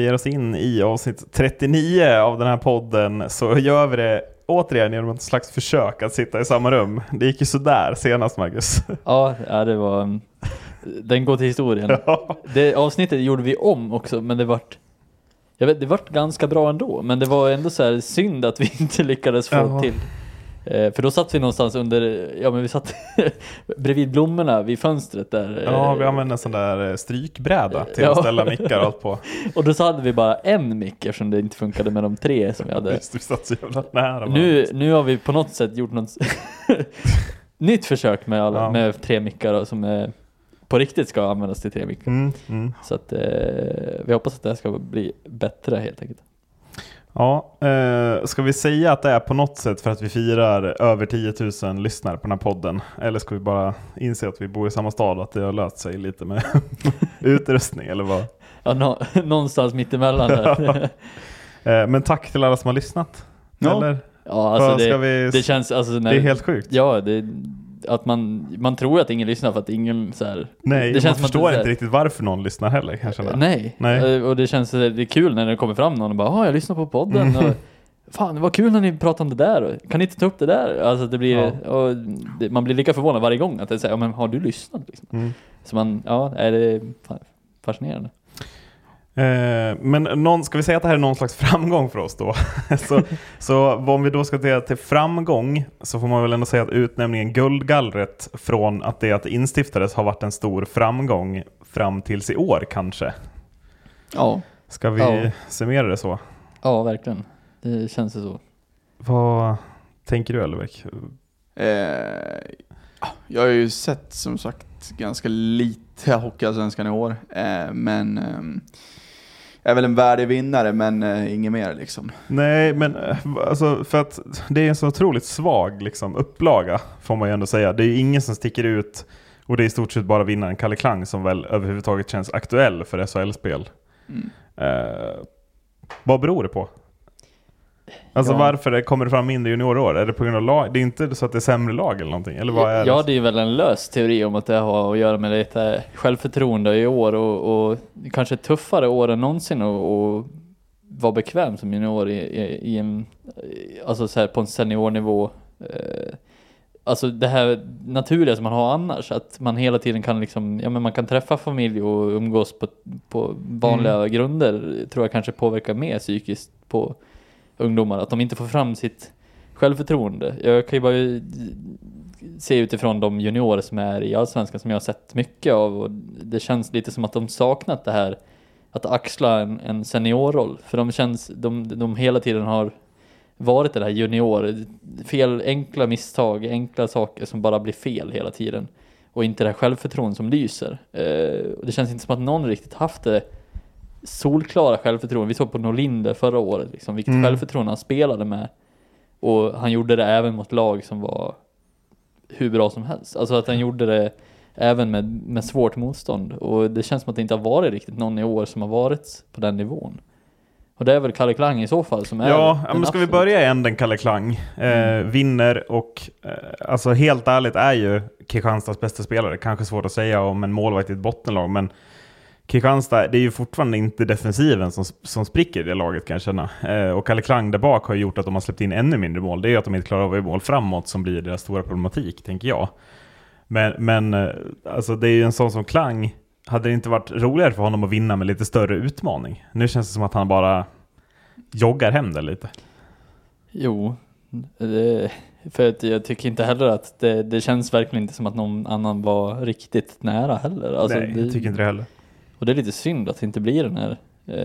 vi ger oss in i avsnitt 39 av den här podden så gör vi det återigen genom ett slags försök att sitta i samma rum. Det gick ju sådär senast, Marcus. Ja, det var... Den går till historien. Ja. Det avsnittet gjorde vi om också, men det vart ganska bra ändå. Men det var ändå så här synd att vi inte lyckades få till. För då satt vi någonstans vi satt bredvid blommorna vid fönstret där. Ja, vi använde en sån där strykbräda till att ställa mickar och allt på. Och då så hade vi bara en mick eftersom det inte funkade med de 3 som vi hade. Just, vi satt så jävla nära. Nu har vi på något sätt gjort något nytt försök med 3 mickar som på riktigt ska användas till 3 mickar. Så att vi hoppas att det här ska bli bättre helt enkelt. Ja, ska vi säga att det är på något sätt för att vi firar över 10 000 lyssnare på den här podden? Eller ska vi bara inse att vi bor i samma stad och att det har löst sig lite med utrustning eller vad? Ja, någonstans mitt emellan där. Men tack till alla som har lyssnat. Ja. Eller? Ja, alltså det känns... Alltså, det är helt sjukt. Ja, att man tror att ingen lyssnar för att ingen så här... Nej, det man förstår inte riktigt varför någon lyssnar heller kanske. Nej. Och det känns det är kul när det kommer fram någon och bara, jag lyssnar på podden och fan, det var kul när ni pratade om det där. Kan ni inte ta upp det där? Alltså det blir man blir lika förvånad varje gång att det säger, men har du lyssnat liksom? Så är det fascinerande. Men ska vi säga att det här är någon slags framgång för oss då? så om vi då ska till framgång så får man väl ändå säga att utnämningen Guldgallret från att det instiftades har varit en stor framgång fram tills i år kanske. Ja. Ska vi summera det så? Ja, verkligen. Det känns så. Vad tänker du, Elvek? Jag har ju sett som sagt ganska lite Hockeyallsvenskan i år, men är väl en värdig vinnare, men inget mer liksom. Nej, men alltså, för att det är en så otroligt svag liksom, upplaga får man ju ändå säga. Det är ju ingen som sticker ut och det är i stort sett bara vinnaren Kalle Klang som väl överhuvudtaget känns aktuell för SHL-spel. Vad beror det på? Alltså varför kommer det fram mindre juniorår? Är det på grund av lag? Det är inte så att det är sämre lag eller någonting? Eller vad är det? Ja, det är väl en lös teori om att det har att göra med lite självförtroende i år och kanske tuffare år än någonsin och vara bekväm som junior i en, alltså så här på en seniornivå. Alltså det här naturliga som man har annars, att man hela tiden kan liksom, men man kan träffa familj och umgås på vanliga grunder, tror jag kanske påverkar mer psykiskt på ungdomar, att de inte får fram sitt självförtroende. Jag kan ju bara se utifrån de juniorer som är i Allsvenskan som jag har sett mycket av, och det känns lite som att de saknat det här att axla en seniorroll, för de hela tiden har varit det här junior, fel, enkla misstag, enkla saker som bara blir fel hela tiden, och inte det här självförtroende som lyser. Och det känns inte som att någon riktigt haft det solklara självförtroende. Vi såg på Norlinder förra året liksom, vilket självförtroende han spelade med, och han gjorde det även mot lag som var hur bra som helst. Alltså att han gjorde det även med svårt motstånd, och det känns som att det inte har varit riktigt någon i år som har varit på den nivån. Och det är väl Kalle Klang i så fall som är... Ja, men ska vi börja i änden Kalle Klang? Vinner och... alltså helt ärligt är ju Kristianstads bästa spelare. Kanske svårt att säga om en målvakt i ett bottenlag, men Kristianstad, det är ju fortfarande inte defensiven som spricker i det laget, kan jag känna. Och Kalle Klang där bak har gjort att de har släppt in ännu mindre mål. Det är ju att de inte klarar av mål framåt som blir deras stora problematik, tänker jag. Men alltså det är ju en sån som Klang... Hade det inte varit roligare för honom att vinna med lite större utmaning? Nu känns det som att han bara joggar hem det lite. Jo, för att jag tycker inte heller att det känns verkligen inte som att någon annan var riktigt nära heller. Alltså nej, jag tycker inte det heller. Och det är lite synd att det inte blir den här...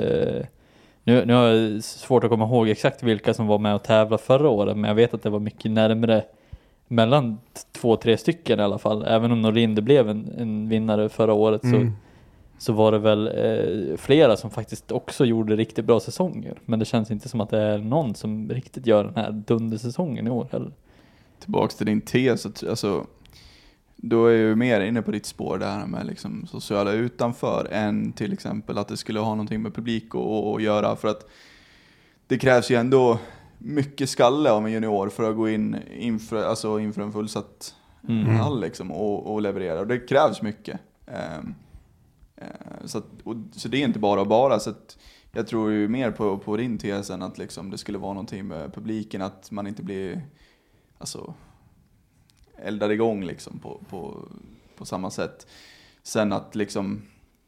Nu har jag svårt att komma ihåg exakt vilka som var med och tävla förra året, men jag vet att det var mycket närmare mellan 2-3 stycken i alla fall. Även om Norlinder blev en vinnare förra året så var det väl flera som faktiskt också gjorde riktigt bra säsonger. Men det känns inte som att det är någon som riktigt gör den här dundersäsongen i år heller. Tillbaks till din tes, alltså, då är jag ju mer inne på ditt spår där med liksom sociala utanför än till exempel att det skulle ha någonting med publik att göra. För att det krävs ju ändå mycket skalle av en junior för att gå in inför en fullsatt hall liksom, och leverera. Och det krävs mycket. Så det är inte bara. Så att jag tror ju mer på din tes än att liksom det skulle vara någonting med publiken, att man inte blir alltså eldad igång liksom på samma sätt. Sen att liksom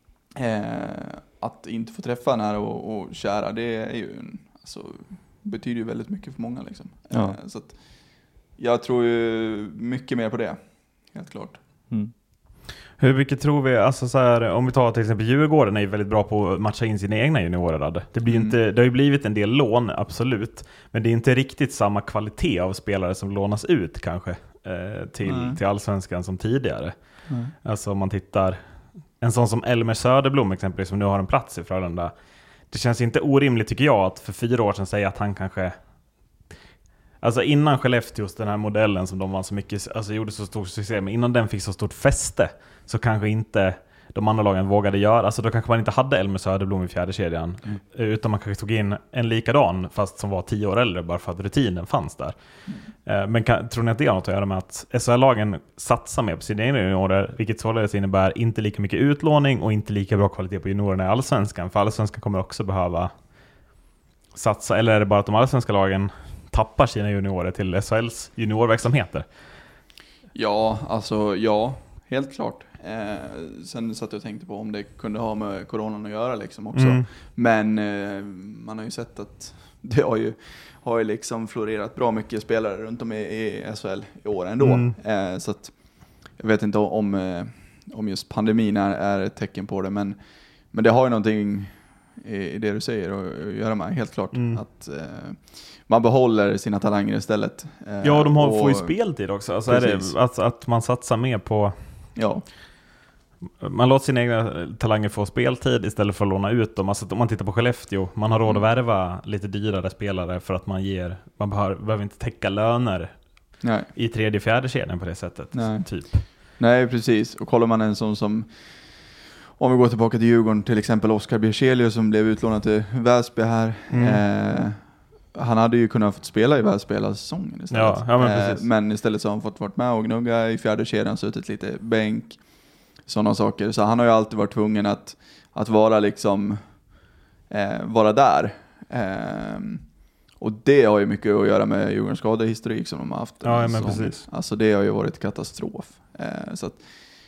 att inte få träffa nära och kära, det är ju alltså, betyder ju väldigt mycket för många liksom. Ja. Så att jag tror ju mycket mer på det, helt klart. Hur mycket tror vi, alltså så här, om vi tar till exempel Djurgården är ju väldigt bra på att matcha in sina egna juniorer. Det blir inte, det har ju blivit en del lån, absolut, men det är inte riktigt samma kvalitet av spelare som lånas ut kanske till Allsvenskan som tidigare. Alltså om man tittar, en sån som Elmer Söderblom exempelvis, som nu har en plats i Frölunda, det känns inte orimligt tycker jag att för 4 år sedan säga att han kanske, alltså innan Skellefteås, den här modellen som de var så mycket, alltså gjorde så stor succé, men innan den fick så stort fäste så kanske inte de andra lagen vågade göra, alltså då kanske man inte hade Elmer Söderblom i fjärde kedjan, utan man kanske tog in en likadan fast som var 10 år äldre bara för att rutinen fanns där. Men tror ni att det har något att göra med att SHL-lagen satsar mer på sina egna juniorer, vilket således innebär inte lika mycket utlåning och inte lika bra kvalitet på juniorerna i Allsvenskan, för Allsvenskan kommer också behöva satsa, eller är det bara att de allsvenska lagen tappar sina juniorer till SHLs juniorverksamheter? Ja, alltså helt klart. Sen satt jag och tänkte på om det kunde ha med coronan att göra liksom också. Men man har ju sett att det har ju liksom florerat bra mycket spelare runt om i SHL i år ändå. Så att jag vet inte om just pandemin är ett tecken på det, men det har ju någonting i det du säger att göra med, helt klart. Att man behåller sina talanger istället. Ja, de får ju speltid också. Alltså är det att man satsar mer på... Ja. Man låter sina egna talanger få speltid istället för att låna ut dem. Alltså om man tittar på Skellefteå, man har råd att värva lite dyrare spelare för att man behöver inte täcka löner i tredje, fjärde kedjan på det sättet. Typ. Nej, precis. Och kollar man en sån som, om vi går tillbaka till Djurgården, till exempel Oskar Bjärselius som blev utlånad till Väsby här. Han hade ju kunnat fått spela i Väsby hela säsongen istället. Men istället så har han fått vara med och gnugga i fjärde kedjan, suttit lite bänk, sådana saker. Så han har ju alltid varit tvungen att vara liksom vara där. Och det har ju mycket att göra med Djurgårdens skadehistorik som de har haft. Ja, men precis. Alltså det har ju varit katastrof. Så att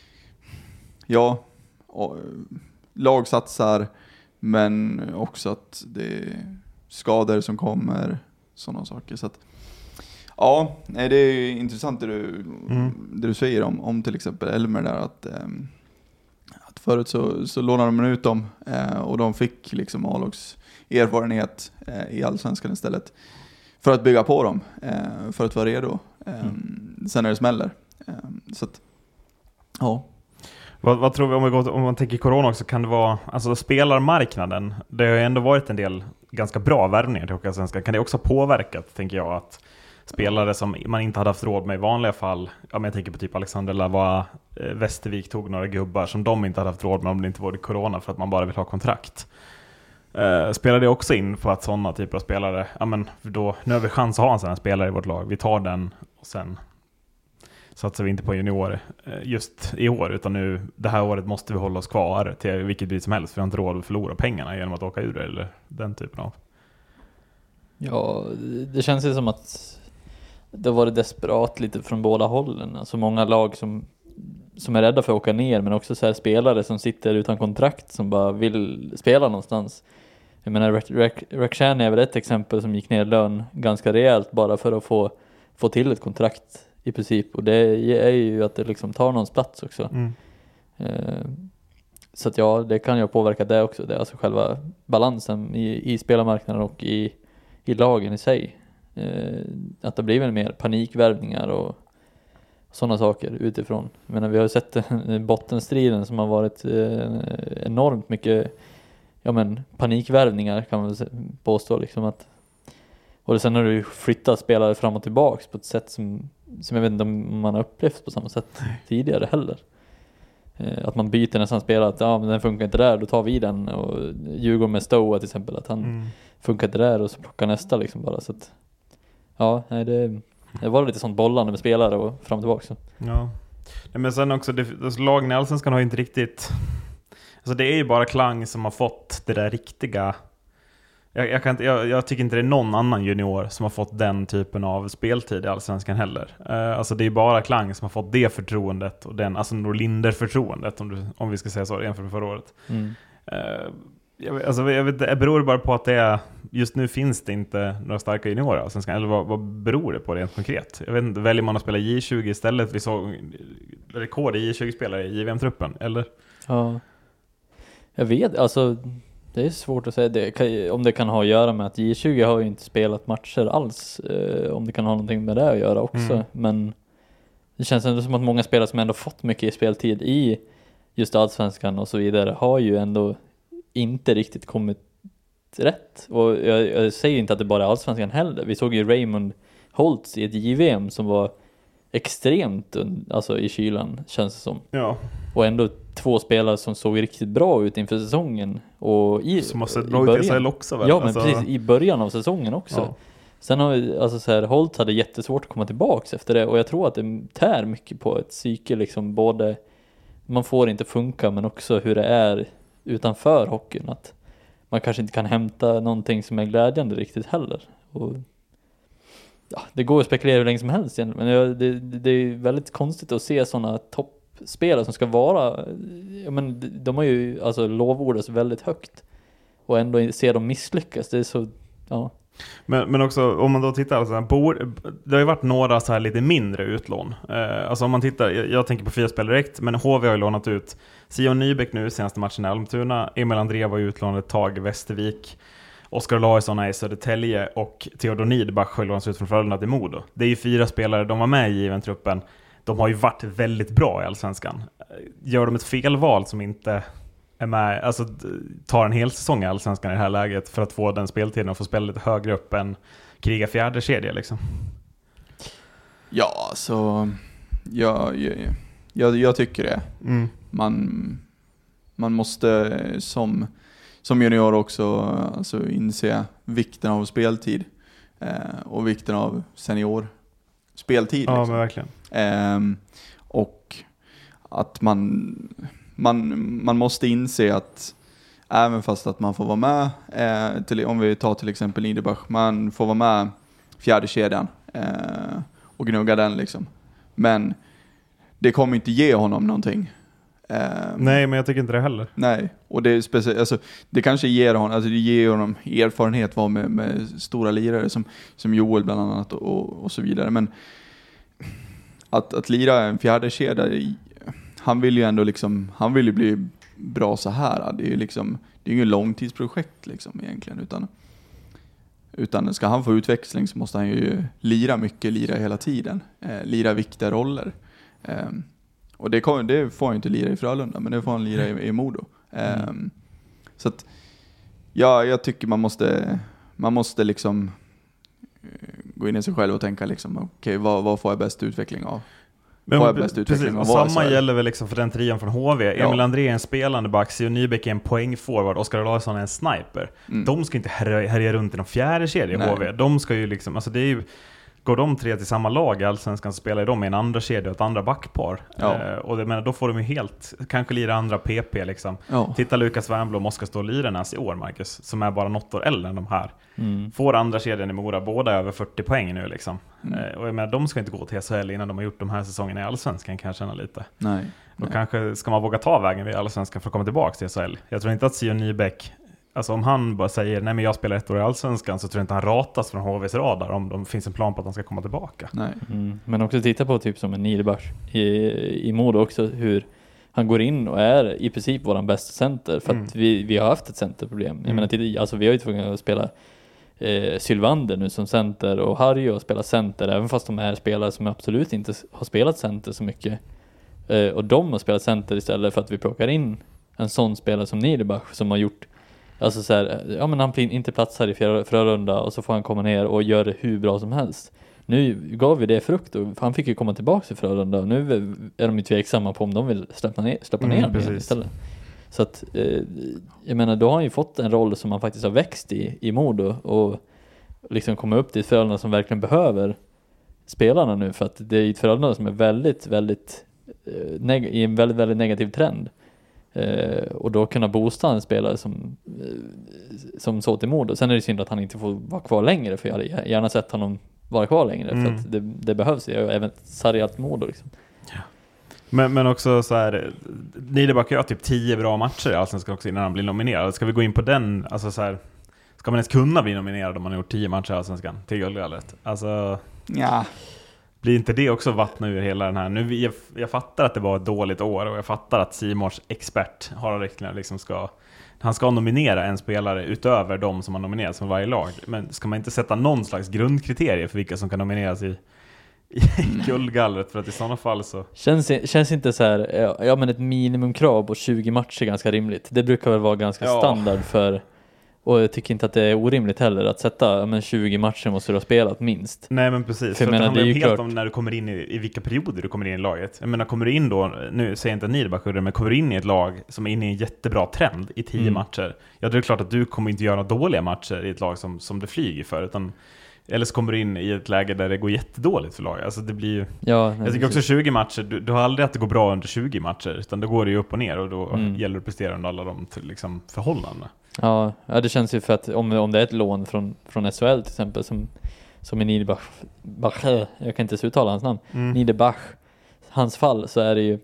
lag satsar, men också att det är skador som kommer, sådana saker. Så att det är ju intressant det du säger om till exempel Elmer där, att förut så lånade de ut dem och de fick liksom A-lags erfarenhet i Allsvenskan istället för att bygga på dem, för att vara redo sen när det smäller. Så att Vad tror vi om man tänker corona också, kan det vara, alltså spelarmarknaden, det har ju ändå varit en del ganska bra värvningar till Hockeyallsvenskan, kan det också påverkat, tänker jag, att spelare som man inte hade haft råd med i vanliga fall, men jag tänker på typ Alexander Lavoie, Västervik tog några gubbar som de inte hade haft råd med om det inte var corona för att man bara vill ha kontrakt. Spelar det också in på att sådana typer av spelare, nu har vi chans att ha en sån här spelare i vårt lag, vi tar den och sen satsar vi inte på juniorer just i år, utan nu det här året måste vi hålla oss kvar till vilket pris som helst, för vi har inte råd att förlora pengarna genom att åka ur det, eller den typen av. Ja, det känns ju som att det har varit desperat lite från båda hållen. Alltså många lag som är rädda för att åka ner, men också så här spelare som sitter utan kontrakt som bara vill spela någonstans. Jag menar, Rakhshani är väl ett exempel som gick ner lön ganska rejält bara för att få till ett kontrakt i princip. Och det är ju att det liksom tar någons plats också. Så att det kan ju påverka det också. Det är alltså själva balansen i spelarmarknaden och i lagen i sig. Att det blir väl mer panikvärvningar och sådana saker utifrån. Jag menar, vi har ju sett bottenstriden som har varit enormt mycket panikvärvningar kan man påstå liksom, att och sen har du flyttat spelare fram och tillbaks på ett sätt som jag vet inte om man har upplevt på samma sätt tidigare heller. Att man byter nästan spelare, att men den funkar inte där, då tar vi den. Och Djurgården med Stoa till exempel, att han funkar inte där och så plockar nästa liksom bara. Så att, det var lite sånt bollande med spelare och fram och tillbaka. Så. Ja, men sen också, lagen i Allsvenskan har ju inte riktigt... Alltså det är ju bara Klang som har fått det där riktiga Jag tycker inte det är någon annan junior som har fått den typen av speltid i Allsvenskan heller. Alltså det är bara Klang som har fått det förtroendet och den, alltså Norlinder-förtroendet om vi ska säga så, jämfört med förra året. Jag vet, det beror bara på att det är, just nu finns det inte några starka juniorer Allsvenskan, eller vad beror det på rent konkret? Jag vet inte, väljer man att spela J20 istället? Vi såg rekord i J20-spelare i JVM-truppen, eller? Ja, jag vet, alltså det är svårt att säga det, om det kan ha att göra med att J20 har ju inte spelat matcher alls, om det kan ha någonting med det att göra också. Men det känns ändå som att många spelare som ändå fått mycket speltid i just Allsvenskan och så vidare har ju ändå inte riktigt kommit rätt. Och jag säger inte att det bara är Allsvenskan heller. Vi såg ju Raymond Holtz i ett JVM som var extremt alltså i kylan, känns det som. Ja. Och ändå 2 spelare som såg riktigt bra ut inför säsongen. Och som har sett bra ut i SHL också väl? Ja, men alltså, precis, i början av säsongen också. Ja. Sen har vi, alltså så här, Holt hade jättesvårt att komma tillbaks efter det. Och jag tror att det tär mycket på ett psyke, liksom både man får inte funka, men också hur det är utanför hockeyn. Att man kanske inte kan hämta någonting som är glädjande riktigt heller. Och ja, det går att spekulera hur länge som helst igen, men det är väldigt konstigt att se sådana toppspelare som ska vara, men de har ju alltså lovordas väldigt högt och ändå se dem misslyckas. Det är så, ja. Men också, om man då tittar alltså, det har ju varit några så här lite mindre utlån. Alltså om man tittar, jag tänker på 4 spelare direkt, men HV har ju lånat ut Sion Nybeck nu senaste matchen i Almtuna, Emil André var utlånat Tag Västervik, Oskar Larsson är i Södertälje och Theodor Nidbach har lånats ut från Frölunda till Modo. Det är ju 4 spelare, de var med i given truppen. De har ju varit väldigt bra i Allsvenskan. Gör de ett felval som inte är med, alltså tar en hel säsong i Allsvenskan i det här läget för att få den speltiden och få spela lite högre upp än kriga fjärde kedja liksom? Ja, så jag tycker det. Man måste som junior också alltså inse vikten av speltid och vikten av senior speltid. Ja, liksom. men verkligen. Och att man måste inse att även fast att man får vara med, om vi tar till exempel Niederbach, man får vara med fjärde kedjan och gnugga den liksom. Men det kommer inte ge honom någonting. Nej, men jag tycker inte det heller. Nej, och det är speciellt, alltså, det kanske ger honom, alltså det ger honom erfarenhet var med stora lirare som Joel bland annat och så vidare. Men att lira en fjärde kedja, han vill ju ändå liksom, han vill ju bli bra så här. Det är ju liksom, det är ju inget långtidsprojekt liksom egentligen, utan ska han få utväxling så måste han ju lira hela tiden, lira viktiga roller. Och det får han ju inte lira i Frölunda, men det får han lira i Modo. Så att jag tycker man måste liksom gå in i sig själv och tänka liksom, okej, vad får jag bäst utveckling av? Samma gäller väl liksom för den trion från HV. Emil André är en spelande back, Sion Nybeck är en poängforward, Oskar Larsson är en sniper. De ska inte härja runt i de fjärde kedja i HV. De ska ju liksom, alltså det är ju, går de 3 till samma lag i Allsvenskan så spelar de i en andra kedja och ett andra backpar. Och det, men då får de ju helt, kanske lira andra PP liksom. Titta Lukas Wernbloom, Oskar Ståhl Lyrenäs i år, Marcus, som är bara något år äldre än de här. Får andra kedjan i Mora, båda över 40 poäng nu liksom. Och jag menar, de ska inte gå till SHL innan de har gjort de här säsongerna i Allsvenskan, kan jag känna lite. Nej. Då kanske ska man våga ta vägen vid Allsvenskan för att komma tillbaka till SHL. Jag tror inte att Sion Nybeck, alltså om han bara säger nej men jag spelar 1 år i Allsvenskan, så tror jag inte han ratas från HVs radar om det finns en plan på att han ska komma tillbaka. Nej. Men också titta på typ som en Niederbach i Modo också, hur han går in och är i princip våran bästa center, för att vi har haft ett centerproblem. Jag menar, alltså vi har ju tvungna att spela Sylvander nu som center och Harry och spela center, även fast de är spelare som absolut inte har spelat center så mycket. Och de har spelat center istället, för att vi plockar in en sån spelare som Niederbach som har gjort, alltså så här, ja men han inte platsar i Frölunda och så får han komma ner och göra det hur bra som helst. Nu gav vi det frukt och han fick ju komma tillbaka till Frölunda, och nu är de ju tveksamma på om de vill släppa ner honom istället. Så att jag menar, då har han ju fått en roll som han faktiskt har växt i Modo och liksom komma upp till Frölunda som verkligen behöver spelarna nu, för att det är ett Frölunda som är väldigt, väldigt i en väldigt, väldigt negativ trend. Och då kunna boosta en spelare som så till Modo. Sen är det synd att han inte får vara kvar längre, för jag hade gärna sett honom vara kvar längre, för att det behövs ju även sargat Modo liksom. Men också så här, Niederback har typ 10 bra matcher i Allsvenskan också innan han blir nominerad. Ska vi gå in på den, alltså så här, ska man ens kunna bli nominerad om man har gjort 10 matcher i Allsvenskan till Guldgallret? Alltså, ja. Blir inte det också vattna ur hela den här? Nu, jag fattar att det var ett dåligt år, och jag fattar att Simors expert Harald Eklind liksom han ska nominera en spelare utöver de som har nominerats från varje lag. Men ska man inte sätta någon slags grundkriterier för vilka som kan nomineras i Guldgallret, för att i sådana fall så... Känns inte så här, men ett minimumkrav på 20 matcher är ganska rimligt. Det brukar väl vara ganska standard för... Och jag tycker inte att det är orimligt heller att sätta 20 matcher måste du ha spelat minst. Nej, men precis. För det handlar ju helt om när du kommer in i vilka perioder du kommer in i laget. Jag menar, kommer du in då, nu säger jag inte att Niederback, men kommer du in i ett lag som är inne i en jättebra trend i 10 matcher, ja, det är klart att du kommer inte göra några dåliga matcher i ett lag som du flyger för, utan eller så kommer du in i ett läge där det går jättedåligt för laget. Alltså det blir ju... Jag tycker också 20 matcher, du har aldrig att det går bra under 20 matcher, utan då går det ju upp och ner, och då gäller det att prestera under alla de liksom, förhållanden. Ja, det känns ju, för att om det är ett lån från SHL till exempel, som i Niederbach, jag kan inte ens uttala hans namn, Niederbach, hans fall, så är det ju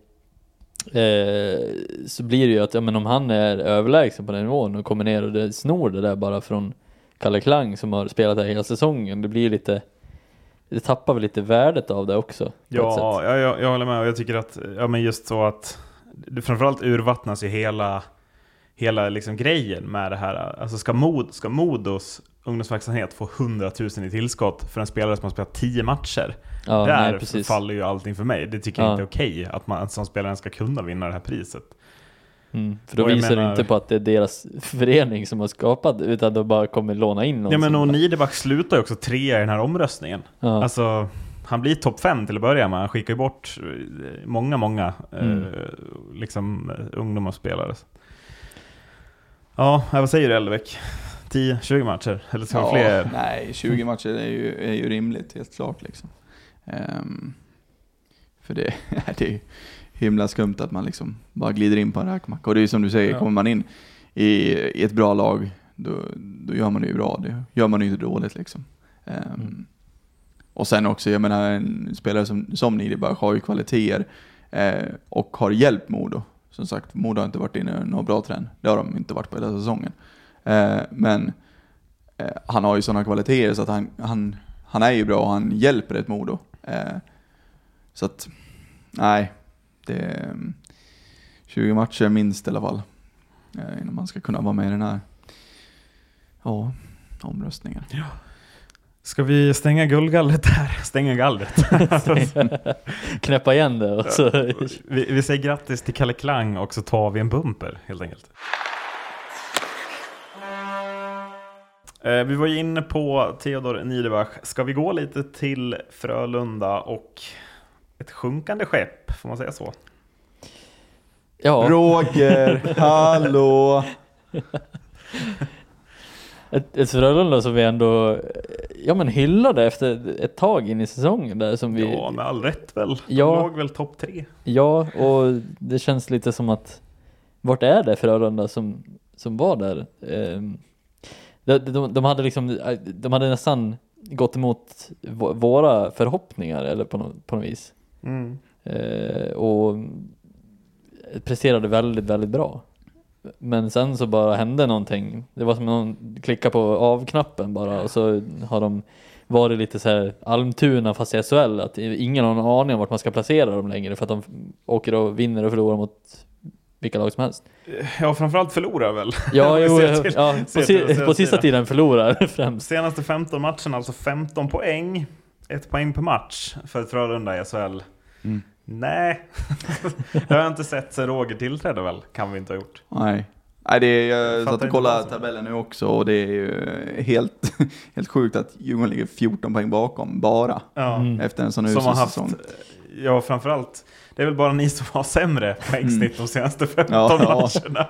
så blir det ju att om han är överlägsen på den nivån och kommer ner och det snor det där bara från Kalle Klang som har spelat här hela säsongen, det blir lite, det tappar väl lite värdet av det också. Ja, jag håller med, och jag tycker att men just så att det framförallt urvattnas ju hela liksom grejen med det här. Alltså ska Modos ungdomsverksamhet få 100 000 i tillskott för en spelare som har spelat 10 matcher? Där faller ju allting för mig. Det tycker jag inte är okej, att man som spelare ska kunna vinna det här priset. För då visar det inte på att det är deras förening som har skapat, utan de bara kommer låna in någon. Ja, men och Niederback slutar ju också 3 i den här omröstningen. Alltså, han blir topp 5 till att börja med. Han skickar ju bort många liksom ungdomsspelare. Ja, vad säger du, Eldebeck? 10-20 matcher? Eller ska fler? Nej, 20 matcher är ju rimligt, helt klart liksom. För det är ju himla skumt att man liksom bara glider in på en räkmacka. Och det är ju som du säger, kommer man in i ett bra lag, då gör man det ju bra. Det gör man ju inte dåligt liksom. Och sen också, jag menar, en spelare som Niederbach har ju kvaliteter och har hjälpt Modo. Som sagt, Modo har inte varit inne i någon bra trend. Det har de inte varit på hela säsongen. Men han har ju sådana kvaliteter så att han är ju bra och han hjälper ett Modo. Så att, nej, det är 20 matcher minst i alla fall. Innan man ska kunna vara med i den här omröstningen. Ja. Ska vi stänga guldgallret där? Stänga gallret. Knäppa igen det. Och så. Vi säger grattis till Kalle Klang, och så tar vi en bumper helt enkelt. Vi var ju inne på Theodor Niederbach. Ska vi gå lite till Frölunda och ett sjunkande skepp, får man säga så? Ja. Roger, hallå! Ett Frölunda som vi ändå hyllade efter ett tag in i säsongen där, som vi... Ja, med all rätt väl. De låg väl topp 3. Ja, och det känns lite som att vart är det Frölunda som var där? De hade nästan gått emot våra förhoppningar, eller på något vis. Och presterade väldigt, väldigt bra. Men sen så bara hände någonting. Det var som någon klickade på av-knappen bara, och så har de varit lite så här Almtuna fast i SHL, att ingen har någon aning om vart man ska placera dem längre, för att de åker och vinner och förlorar mot vilka lag som helst. Ja, framförallt förlorar väl. På sista tiden förlorar främst. Senaste 15 matcherna, alltså 15 poäng. 1 poäng per match för Frölunda i SHL. Nej, det har jag inte sett sen Roger tillträdde väl. Kan vi inte ha gjort. Nej, jag satt och kollade tabellen nu också, och det är ju helt sjukt att Djurgården ligger 14 poäng bakom bara efter en sån usel säsong. Ja, framförallt. Det är väl bara ni som har sämre poängsnitt de senaste 15 matcherna.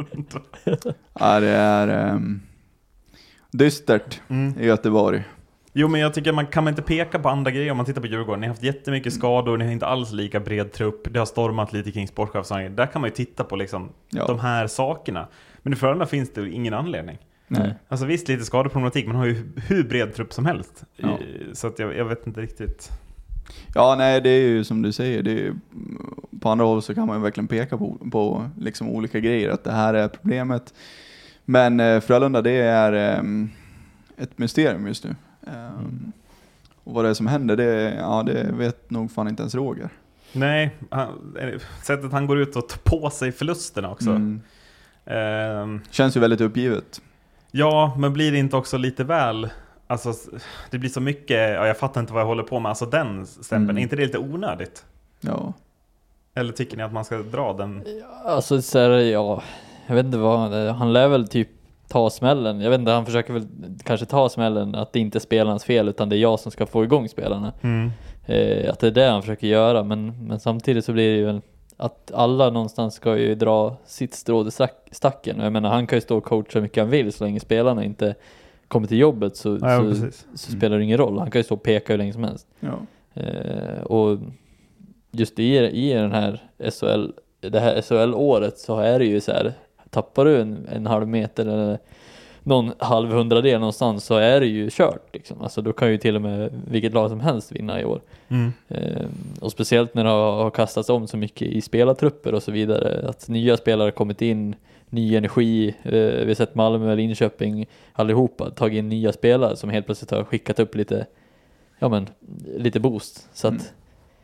Ja, det är dystert i Göteborg. Jo, men jag tycker man kan inte peka på andra grejer om man tittar på Djurgården. Ni har haft jättemycket skador, ni har inte alls lika bred trupp. Det har stormat lite kring sportchefssammanhang. Där kan man ju titta på liksom de här sakerna. Men i Frölunda finns det ingen anledning. Nej. Alltså visst, lite skadeproblematik, man har ju hur bred trupp som helst. Ja. Så att jag vet inte riktigt. Ja, nej, det är ju som du säger, det är, på andra håll så kan man ju verkligen peka på liksom olika grejer, att det här är problemet. Men Frölunda, det är ett mysterium just nu. Och vad det är som händer, det vet nog fan inte ens Roger. Nej, sättet han går ut och tar på sig förlusterna också. Känns ju väldigt uppgivet. Ja, men blir det inte också lite väl... Alltså, det blir så mycket... Ja, jag fattar inte vad jag håller på med. Alltså den stämpeln, är inte det lite onödigt? Ja. Eller tycker ni att man ska dra den? Alltså, så här, ja... Jag vet inte vad... Han lär väl typ ta smällen. Jag vet inte, han försöker väl kanske ta smällen att det inte är spelarnas fel, utan det är jag som ska få igång spelarna. Att det är det han försöker göra. Men samtidigt så blir det ju att alla någonstans ska ju dra sitt strå i stacken. Och jag menar, han kan ju stå och coacha hur mycket han vill, så länge spelarna inte kommer till jobbet så spelar det ingen roll. Han kan ju stå och peka hur länge som helst. Ja. Och just i den här det här SHL-året så är det ju så här, tappar du en halv meter eller någon halv hundradel någonstans, så är det ju kört liksom. Alltså då kan ju till och med vilket lag som helst vinna i år. Och speciellt när det har kastats om så mycket i spelartrupper och så vidare, att nya spelare kommit in, ny energi, vi har sett Malmö eller Linköping allihopa tagit in nya spelare som helt plötsligt har skickat upp lite boost, så att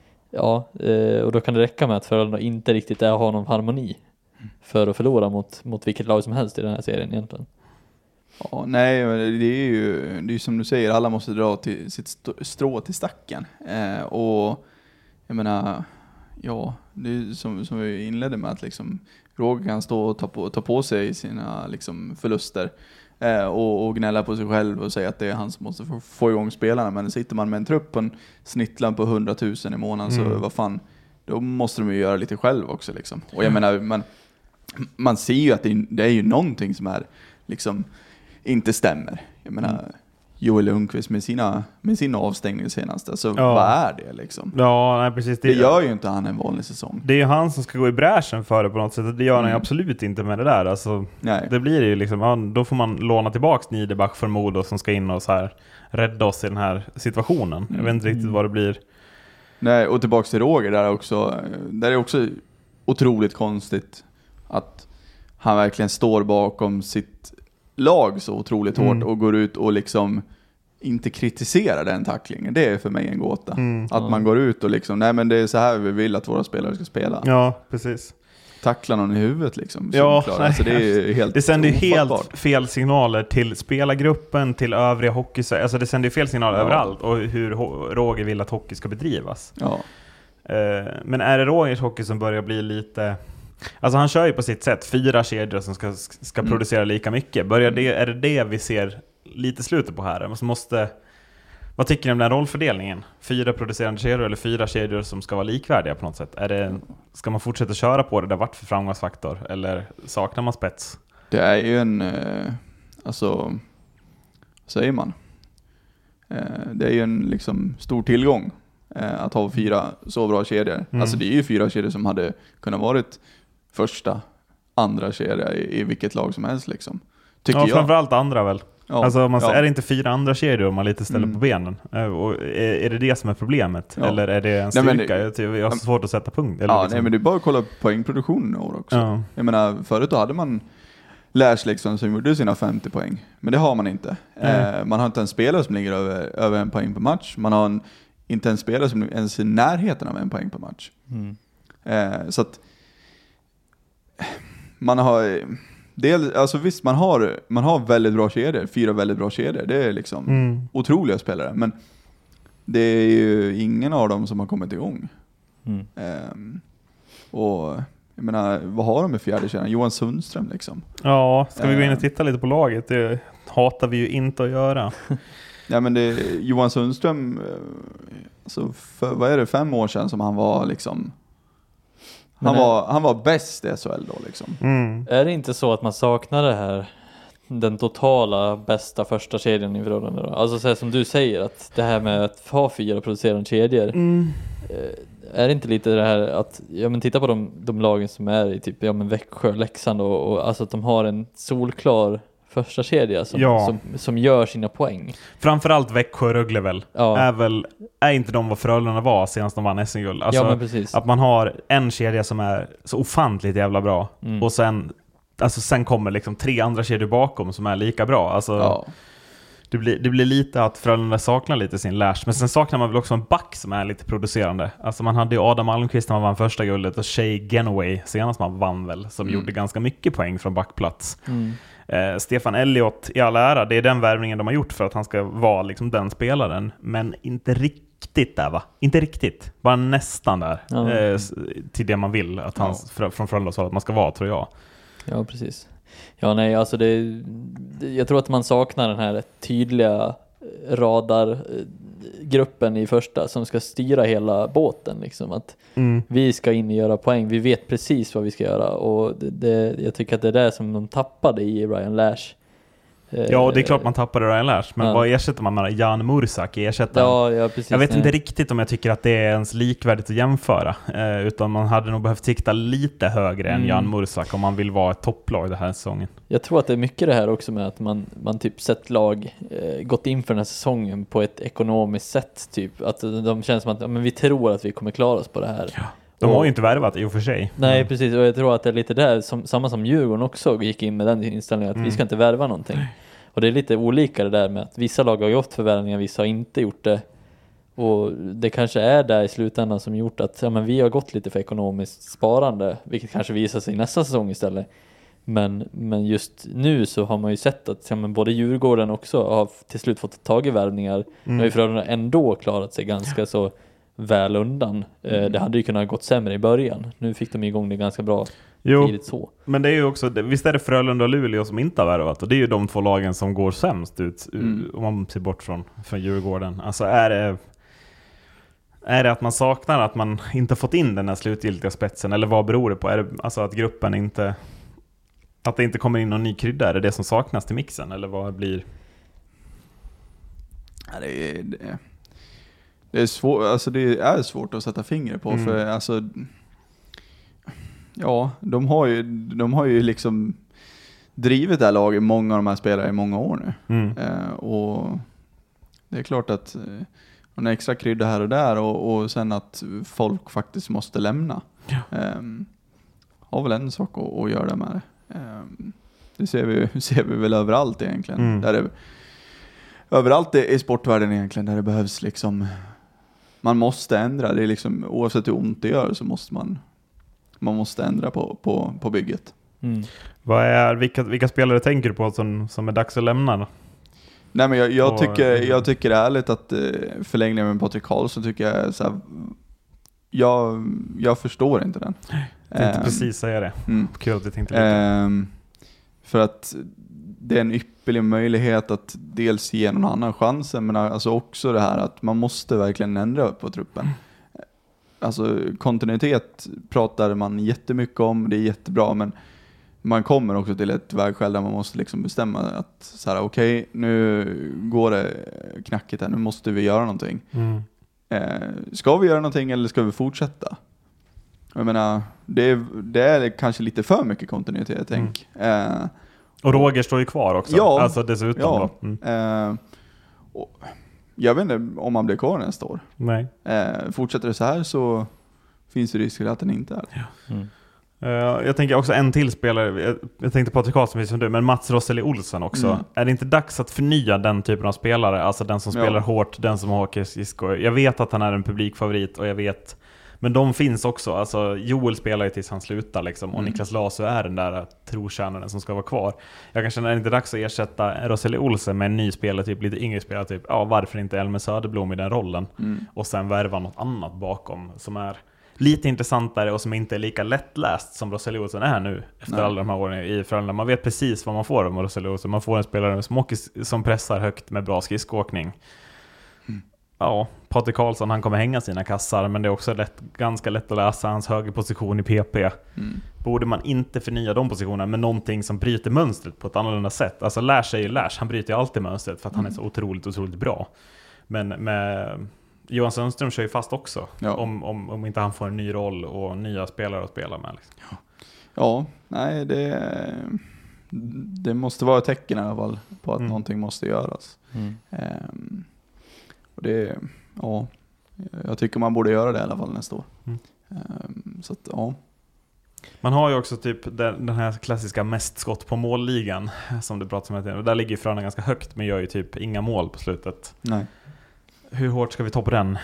och då kan det räcka med att Frölunda inte riktigt har någon harmoni för att förlora mot vilket lag som helst i den här serien egentligen. Ja, nej, det är ju som du säger, alla måste dra till sitt strå till stacken. Och jag menar, ja, det är som vi inledde med, att liksom Roger kan stå och ta på sig sina liksom förluster och gnälla på sig själv och säga att det är han som måste få igång spelarna. Men sitter man med en trupp på en snittlön på 100 000 i månaden, så vad fan, då måste de ju göra lite själv också liksom. Och jag menar, man ser ju att det är ju någonting som är liksom inte stämmer. Jag menar, Joel Lundqvist med sin avstängning senast. Alltså, vad är det liksom? Ja, nej, precis. Det gör ju inte han en vanlig säsong. Det är ju han som ska gå i bräschen för det på något sätt. Det gör han ju absolut inte med det där. Alltså, det blir ju liksom, då får man låna tillbaks Niederbach för Modo som ska in och så här rädda oss i den här situationen. Jag vet inte riktigt vad det blir. Nej, och tillbaks till Roger där är också otroligt konstigt att han verkligen står bakom sitt lag så otroligt hårt och går ut och liksom inte kritiserar den tacklingen. Det är för mig en gåta. Att man går ut och liksom, nej men det är så här vi vill att våra spelare ska spela. Ja, precis. Tackla någon i huvudet liksom. Ja, alltså, det är helt det sänder ju helt fel signaler till spelargruppen, till övriga hockey. Alltså det sänder ju fel signaler överallt, och hur Roger vill att hockey ska bedrivas. Ja. Men är det Rogers hockey som börjar bli lite... Alltså han kör ju på sitt sätt 4 kedjor som ska producera lika mycket. Är det vi ser lite slutet på här? Vad tycker ni om den rollfördelningen? 4 producerande kedjor eller 4 kedjor som ska vara likvärdiga på något sätt? Ska man fortsätta köra på det där vart för framgångsfaktor? Eller saknar man spets? Det är ju alltså, vad säger man? Det är ju en liksom stor tillgång att ha 4 så bra kedjor. Alltså det är ju 4 kedjor som hade kunnat varit första, andra kedja i vilket lag som helst liksom. Tycker jag. Framförallt andra väl. Ja, alltså är det inte 4 andra kedjor om man lite ställer på benen? Och är det som är problemet? Ja. Eller är det en styrka? Jag har svårt att sätta punkt. Eller liksom. Nej, men det är bara att kolla poängproduktionen i år också. Ja. Jag menar, förut då hade man Lars liksom som gjorde sina 50 poäng. Men det har man inte. Man har inte en spelare som ligger över 1 poäng per match. Man har inte en spelare som ens är i närheten av 1 poäng per match. Så att man har... alltså visst, man har väldigt bra kedjor, 4 väldigt bra kedjor. Det är liksom otroliga spelare, men det är ju ingen av dem som har kommit igång. Och jag menar, vad har de med fjärde kedjan? Johan Sundström liksom. Ja, ska vi gå in och titta lite på laget? Det hatar vi ju inte att göra. Ja, men Johan Sundström, alltså vad är det, 5 år sedan som han var liksom... Han var bäst i SHL då liksom. Är det inte så att man saknar det här den totala bästa första kedjan i Frölunda då? Alltså så här, som du säger, att det här med att ha 4 producerande kedjor, är det inte lite det här att, ja men titta på de lagen som är i typ, ja men Växjö, Leksand och alltså att de har en solklar första kedja som gör sina poäng. Framförallt Växjö och Rögle väl. Är inte de vad Frölunda var senast de vann SM-guld. Alltså, ja, men precis. Att man har en kedja som är så ofantligt jävla bra och sen kommer liksom 3 andra kedjor bakom som är lika bra. Alltså, det blir lite att Frölunda saknar lite sin Lash. Men sen saknar man väl också en back som är lite producerande. Alltså man hade ju Adam Almqvist när man vann första guldet och Shay Genoway senast man vann väl, som gjorde ganska mycket poäng från backplats. Stefan Elliott i all ära, det är den värvningen de har gjort för att han ska vara liksom den spelaren, men inte riktigt där, va? Inte riktigt, bara nästan där till det man vill att han från Frölunda sa att man ska vara, tror jag. Ja, precis. Ja, nej, alltså jag tror att man saknar den här tydliga radargruppen i första som ska styra hela båten liksom, att vi ska in och göra poäng, vi vet precis vad vi ska göra, och jag tycker att det är det som de tappade i Ryan Lash. Ja, det är klart man tappade Ryan Lash, men vad ersätter man med Jan Mursak? Ja, precis, jag vet inte riktigt om jag tycker att det är ens likvärdigt att jämföra, utan man hade nog behövt sikta lite högre än Jan Mursak om man vill vara ett topplag den här säsongen. Jag tror att det är mycket det här också med att man typ sett lag gått in för den här säsongen på ett ekonomiskt sätt, typ att de känns som att men vi tror att vi kommer klara oss på det här. Ja. De har ju inte värvat i och för sig. Nej, precis. Och jag tror att det är lite där, samma som Djurgården också gick in med den inställningen att vi ska inte värva någonting. Och det är lite olika det där med att vissa lag har gjort förvärvningar, vissa har inte gjort det. Och det kanske är där i slutändan som gjort att vi har gått lite för ekonomiskt sparande, vilket kanske visar sig nästa säsong istället. Men just nu så har man ju sett att både Djurgården också har till slut fått tag i värvningar. Nu har ju Frölunda ändå klarat sig ganska så väl undan. Det hade ju kunnat gått sämre i början. Nu fick de igång det ganska bra tidigt så. Men det är ju också, visst är det Frölunda och Luleå som inte har värvat, och det är ju de 2 lagen som går sämst ut om man ser bort från Djurgården. Alltså är det att man saknar att man inte fått in den här slutgiltiga spetsen, eller vad beror det på? Är det alltså att gruppen inte, att det inte kommer in någon ny krydda? Är det som saknas till mixen, eller vad blir? Ja, det är svårt, alltså det är svårt att sätta fingret på, för alltså de har ju liksom drivit det här laget, många av de här spelarna i många år nu. Och det är klart att en extra krydda här och där, och sen att folk faktiskt måste lämna. Har väl en sak att göra med det. Det ser vi väl överallt egentligen. Överallt i sportvärlden egentligen, där det behövs liksom, man måste ändra. Det är liksom, oavsett hur ont det gör så måste man måste ändra på bygget. Vilka spelare tänker du på som är dags att lämna då? Nej, men jag tycker ärligt att förlängningen med Patrik Karlsson tycker jag är så här, jag förstår inte den. Jag tänkte precis säga det. Kul att du tänkte lite. För att det är en ypperlig möjlighet att dels ge någon annan chansen, men alltså också det här att man måste verkligen ändra på truppen. Alltså kontinuitet pratar man jättemycket om, det är jättebra, men man kommer också till ett vägskäl där man måste liksom bestämma att så här, okej, nu går det knackigt här, nu måste vi göra någonting. Ska vi göra någonting eller ska vi fortsätta? Jag menar, det är kanske lite för mycket kontinuitet, tänk. Och Roger står ju kvar också. Ja, alltså dessutom. Ja. Och jag vet inte om man blir kvar nästa år. Nej. Fortsätter det så här så finns det risk att den inte är. Jag tänker också en till spelare. Jag tänkte Patrik Karlsson som du, men Mats Roseli Olsson också. Är det inte dags att förnya den typen av spelare? Alltså den som spelar hårt, den som har skridskor. Jag vet att han är en publikfavorit och jag vet, men de finns också. Alltså Joel spelar ju tills han slutar liksom, och Niklas Lasu är den där trotjänaren som ska vara kvar. Jag kan känna att det inte är dags att ersätta Roseli Olsen med en ny spelare, typ lite yngre spelare, typ varför inte Elmer Söderblom i den rollen, och sen värva något annat bakom som är lite intressantare och som inte är lika lättläst som Roseli Olsen är nu efter alla de här åren i Frölunda. Man vet precis vad man får av Roseli Olsen. Man får en spelare som pressar högt med bra skridskåkning. Patrik Karlsson, han kommer hänga sina kassar, men det är också ganska lätt att läsa hans högerposition i PP. Borde man inte förnya de positionerna med någonting som bryter mönstret på ett annorlunda sätt? Alltså Lash är ju Lash, han bryter ju alltid mönstret för att han är så otroligt bra. Men med Johan Sundström kör ju fast också, om inte han får en ny roll och nya spelare att spela med. Liksom. Ja, nej, det måste vara ett tecken i alla fall på att någonting måste göras. Och det, jag tycker man borde göra det i alla fall nästa år. Så att, Man har ju också typ den här klassiska mest skott på målligan som du pratade om. Där ligger Frölunda ganska högt, men gör ju typ inga mål på slutet. Nej. Hur hårt ska vi ta på den?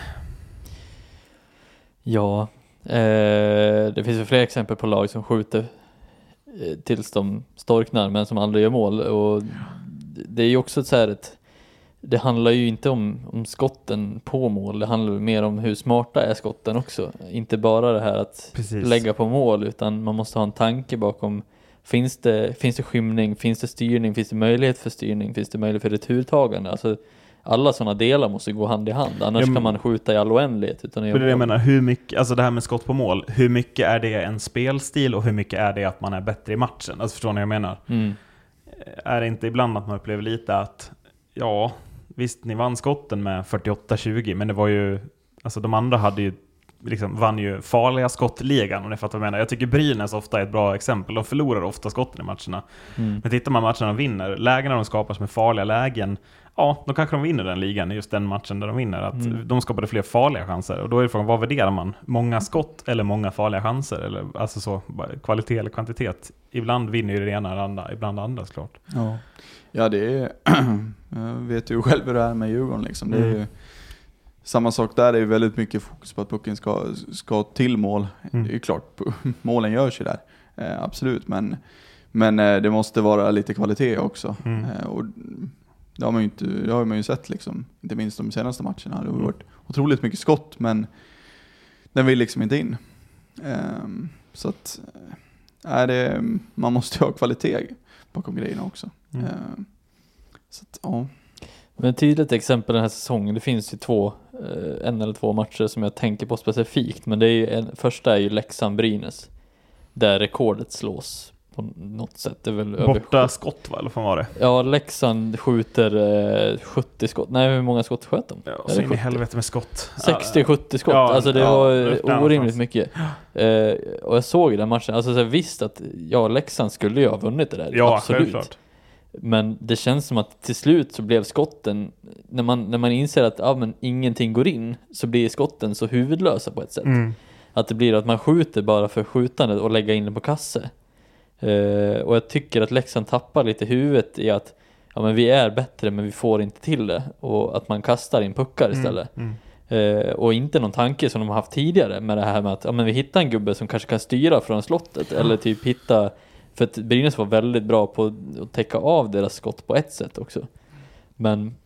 Ja, det finns ju fler exempel på lag som skjuter tills de storknar men som aldrig gör mål. Och det är ju också så här det handlar ju inte om skotten på mål, det handlar mer om hur smarta är skotten också. Inte bara det här att lägga på mål, utan man måste ha en tanke bakom. Finns det skymning, finns det styrning, finns det möjlighet för styrning, finns det möjlighet för returtagande? Alltså alla sådana delar måste gå hand i hand, annars kan man skjuta i all oändlighet. Utan det jag menar, hur mycket, alltså det här med skott på mål, hur mycket är det en spelstil och hur mycket är det att man är bättre i matchen? Alltså förstår ni vad jag menar? Är det inte ibland att man upplever lite att visst, ni vann skotten med 48-20, men det var ju, alltså de andra hade ju liksom, vann ju farliga skottligan, om ni fattar vad jag menar. Jag tycker Brynäs ofta är ett bra exempel. De förlorar ofta skotten i matcherna. Men tittar man matcherna de vinner, lägena de skapar som är farliga lägen, då kanske de vinner den ligan i just den matchen där de vinner. Att de skapade fler farliga chanser. Och då är det frågan, vad värderar man? Många skott eller många farliga chanser? Eller, alltså så, kvalitet eller kvantitet. Ibland vinner ju det ena eller andra, ibland andra såklart. Ja, det är jag vet ju själv hur det är med Djurgården liksom. Det är ju samma sak där, det är väldigt mycket fokus på att pucken ska till mål. Det är ju klart, målen görs ju där. Absolut, men det måste vara lite kvalitet också. Och det har man ju sett liksom, inte minst de senaste matcherna. Det har varit otroligt mycket skott, men den vill liksom inte in. Så att man måste ha kvalitet bakom grejerna också. Så att, Men ett tydligt exempel den här säsongen, det finns ju en eller två matcher som jag tänker på specifikt, men det är ju första är ju Leksand-Brynäs, där rekordet slås på något sätt. Det är väl borta skott, va? Eller vad var det? Ja, Leksand skjuter 70 skott. Nej, hur många skott sköt de? Ja, så in i helvete med skott. 60-70 skott. Alltså det var orimligt mycket. Och jag såg den matchen. Alltså så jag visste att Leksand skulle ju ha vunnit det där. Ja, absolut. Självklart. Men det känns som att till slut så blev skotten, när man inser att men ingenting går in, så blir skotten så huvudlösa på ett sätt. Att det blir att man skjuter bara för skjutandet och lägga in det på kasse. Och jag tycker att Leksand tappar lite huvudet i att men vi är bättre men vi får inte till det, och att man kastar in puckar istället. Och inte någon tanke som de har haft tidigare med det här med att men vi hittar en gubbe som kanske kan styra från slottet, eller typ hitta, för att Brynäs var väldigt bra på att täcka av deras skott på ett sätt också. Men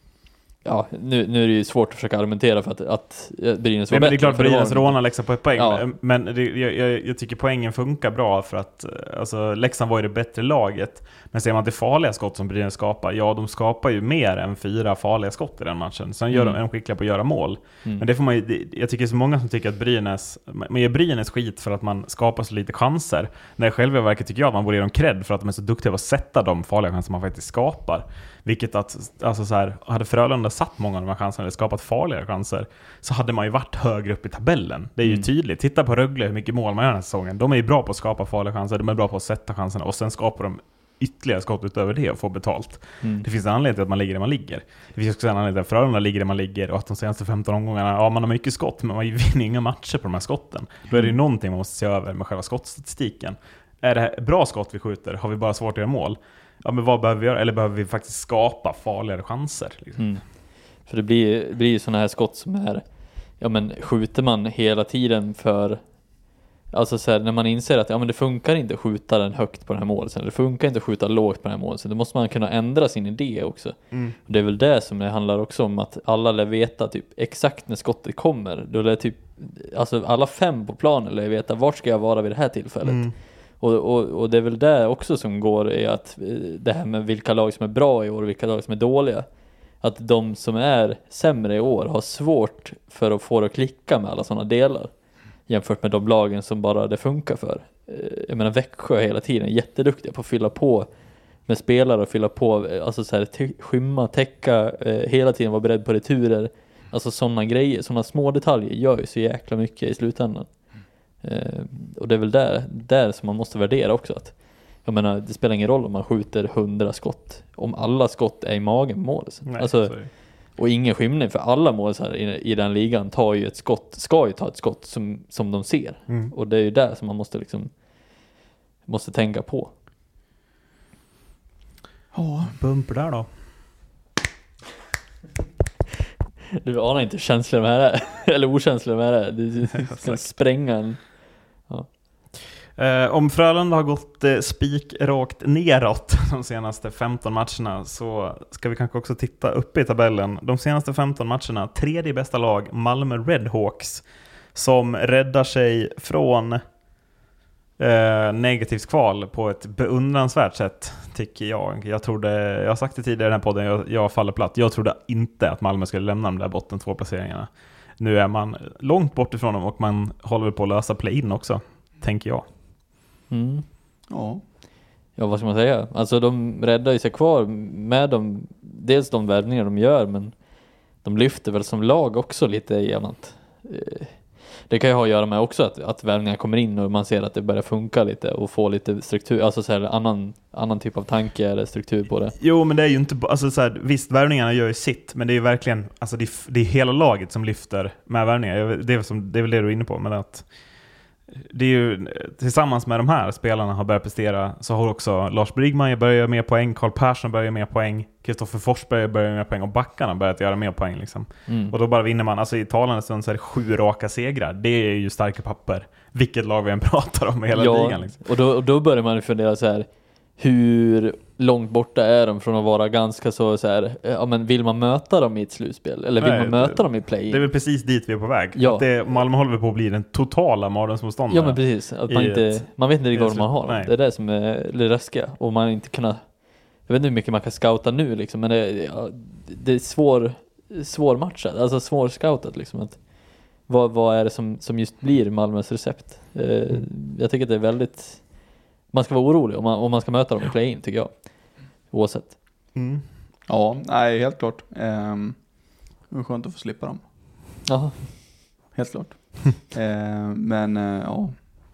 nu är det ju svårt att försöka argumentera för att Brynäs var bättre. Men det är klart att Brynäs rånar Leksand på ett poäng. Ja. Men jag tycker poängen funkar bra, för att alltså, Leksand var ju det bättre laget. Men ser man till farliga skott som Brynäs skapar, de skapar ju mer än 4 farliga skott i den matchen. Sen gör de en skickliga på att göra mål. Men det får man ju, jag tycker det är så många som tycker att man ger Brynäs skit för att man skapar så lite chanser. När själva verket tycker jag att man borde ge dem cred för att de är så duktiga på att sätta de farliga chanser man faktiskt skapar. Vilket att, alltså så här, hade Frölunda satt många av de här chanserna eller skapat farliga chanser, så hade man ju varit högre upp i tabellen. Det är ju tydligt. Titta på Rögle, hur mycket mål man gör den här säsongen. De är ju bra på att skapa farliga chanser, de är bra på att sätta chanserna, och sen skapar de ytterligare skott utöver det och få betalt. Det finns en anledning till att man ligger där man ligger. Det finns också en anledning till att Frölunda ligger där man ligger, och att de senaste 15 omgångarna, man har mycket skott, men man vinner inga matcher på de här skotten. Då är det ju någonting man måste se över med själva skottstatistiken. Är det här bra skott vi skjuter? Har vi bara svårt att göra mål? Men vad behöver vi göra? Eller behöver vi faktiskt skapa farligare chanser? Liksom? För det blir ju sådana här skott som är, skjuter man hela tiden för, alltså så här, när man inser att det funkar inte att skjuta den högt på den här målsen, det funkar inte att skjuta lågt på den här målsen, då måste man kunna ändra sin idé också. Och det är väl det som det handlar också om, att alla lär veta typ exakt när skottet kommer. Då lär typ, alltså alla 5 på planen lär veta vart ska jag vara vid det här tillfället. Och det är väl det också som går i att det här med vilka lag som är bra i år och vilka lag som är dåliga. att de som är sämre i år har svårt för att få det att klicka med alla sådana delar jämfört med de lagen som bara det funkar för. Jag menar Växjö hela tiden är jätteduktiga på att fylla på med spelare och fylla på, alltså så här, skymma, täcka, hela tiden vara beredd på returer. Alltså sådana grejer, sådana små detaljer gör ju så jäkla mycket i slutändan. Och det är väl där som man måste värdera också, att jag menar, det spelar ingen roll om man skjuter 100 skott om alla skott är i magen mål. Nej, alltså, och ingen skymning, för alla mål så här i den ligan tar ju ett skott, ska ju ta ett skott som de ser. Och det är ju där som man måste tänka på. Ja, bumper där då. Du anar inte hur känslig de här är. Eller okänslig de här är. Du ska spränga en. Ja. Om Frölunda har gått spik rakt neråt de senaste 15 matcherna, så ska vi kanske också titta upp i tabellen. De senaste 15 matcherna, tredje bästa lag, Malmö Redhawks, som räddar sig från negativt kval på ett beundransvärt sätt, tycker jag. Jag har sagt det tidigare i den här podden, jag faller platt. Jag trodde inte att Malmö skulle lämna de där botten 2 placeringarna. Nu är man långt bort ifrån dem och man håller på att lösa play-in också, tänker jag. Ja, vad ska man säga? Alltså de räddar ju sig kvar med dels de värvningar de gör, men de lyfter väl som lag också lite jämnt. Det kan ju ha att göra med också att värvningar kommer in och man ser att det börjar funka lite och få lite struktur, alltså så här annan typ av tanke eller struktur på det. Jo, men det är ju inte, alltså så här, visst, värvningarna gör ju sitt, men det är ju verkligen, alltså det är hela laget som lyfter med värvningar. Det är väl det du är inne på, men att det är ju tillsammans med de här spelarna har börjat prestera, så har också Lars Brygman börjat göra mer poäng, Karl Persson börjar göra mer poäng, Kristoffer Forsberg börjar göra mer poäng och backarna börjat göra mer poäng liksom. Och då bara vinner man, alltså i talande stund så är det 7 raka segrar. Det är ju starka papper, vilket lag vi än pratar om i hela ligan liksom. Och då börjar man fundera så här, hur långt borta är de från att vara ganska så här, ja, men vill man möta dem i ett slutspel eller vill man möta dem i play-in? Det är väl precis dit vi är på väg. Ja. Att Malmö håller på att bli den totala mardrömsmotståndare. Ja, men precis, att man vet inte riktigt vad man har. Nej. Det är det som är det läskiga, och man inte kunna, jag vet inte hur mycket man kan scouta nu liksom, men det är svår matchat, alltså svår scoutat liksom, att vad är det som just blir Malmös recept. Jag tycker att det är väldigt, man ska vara orolig om man ska möta dem i play-in, tycker jag. Oavsett. Ja, nej, helt klart. Det är skönt att få slippa dem. Jaha. Helt klart. Men ja.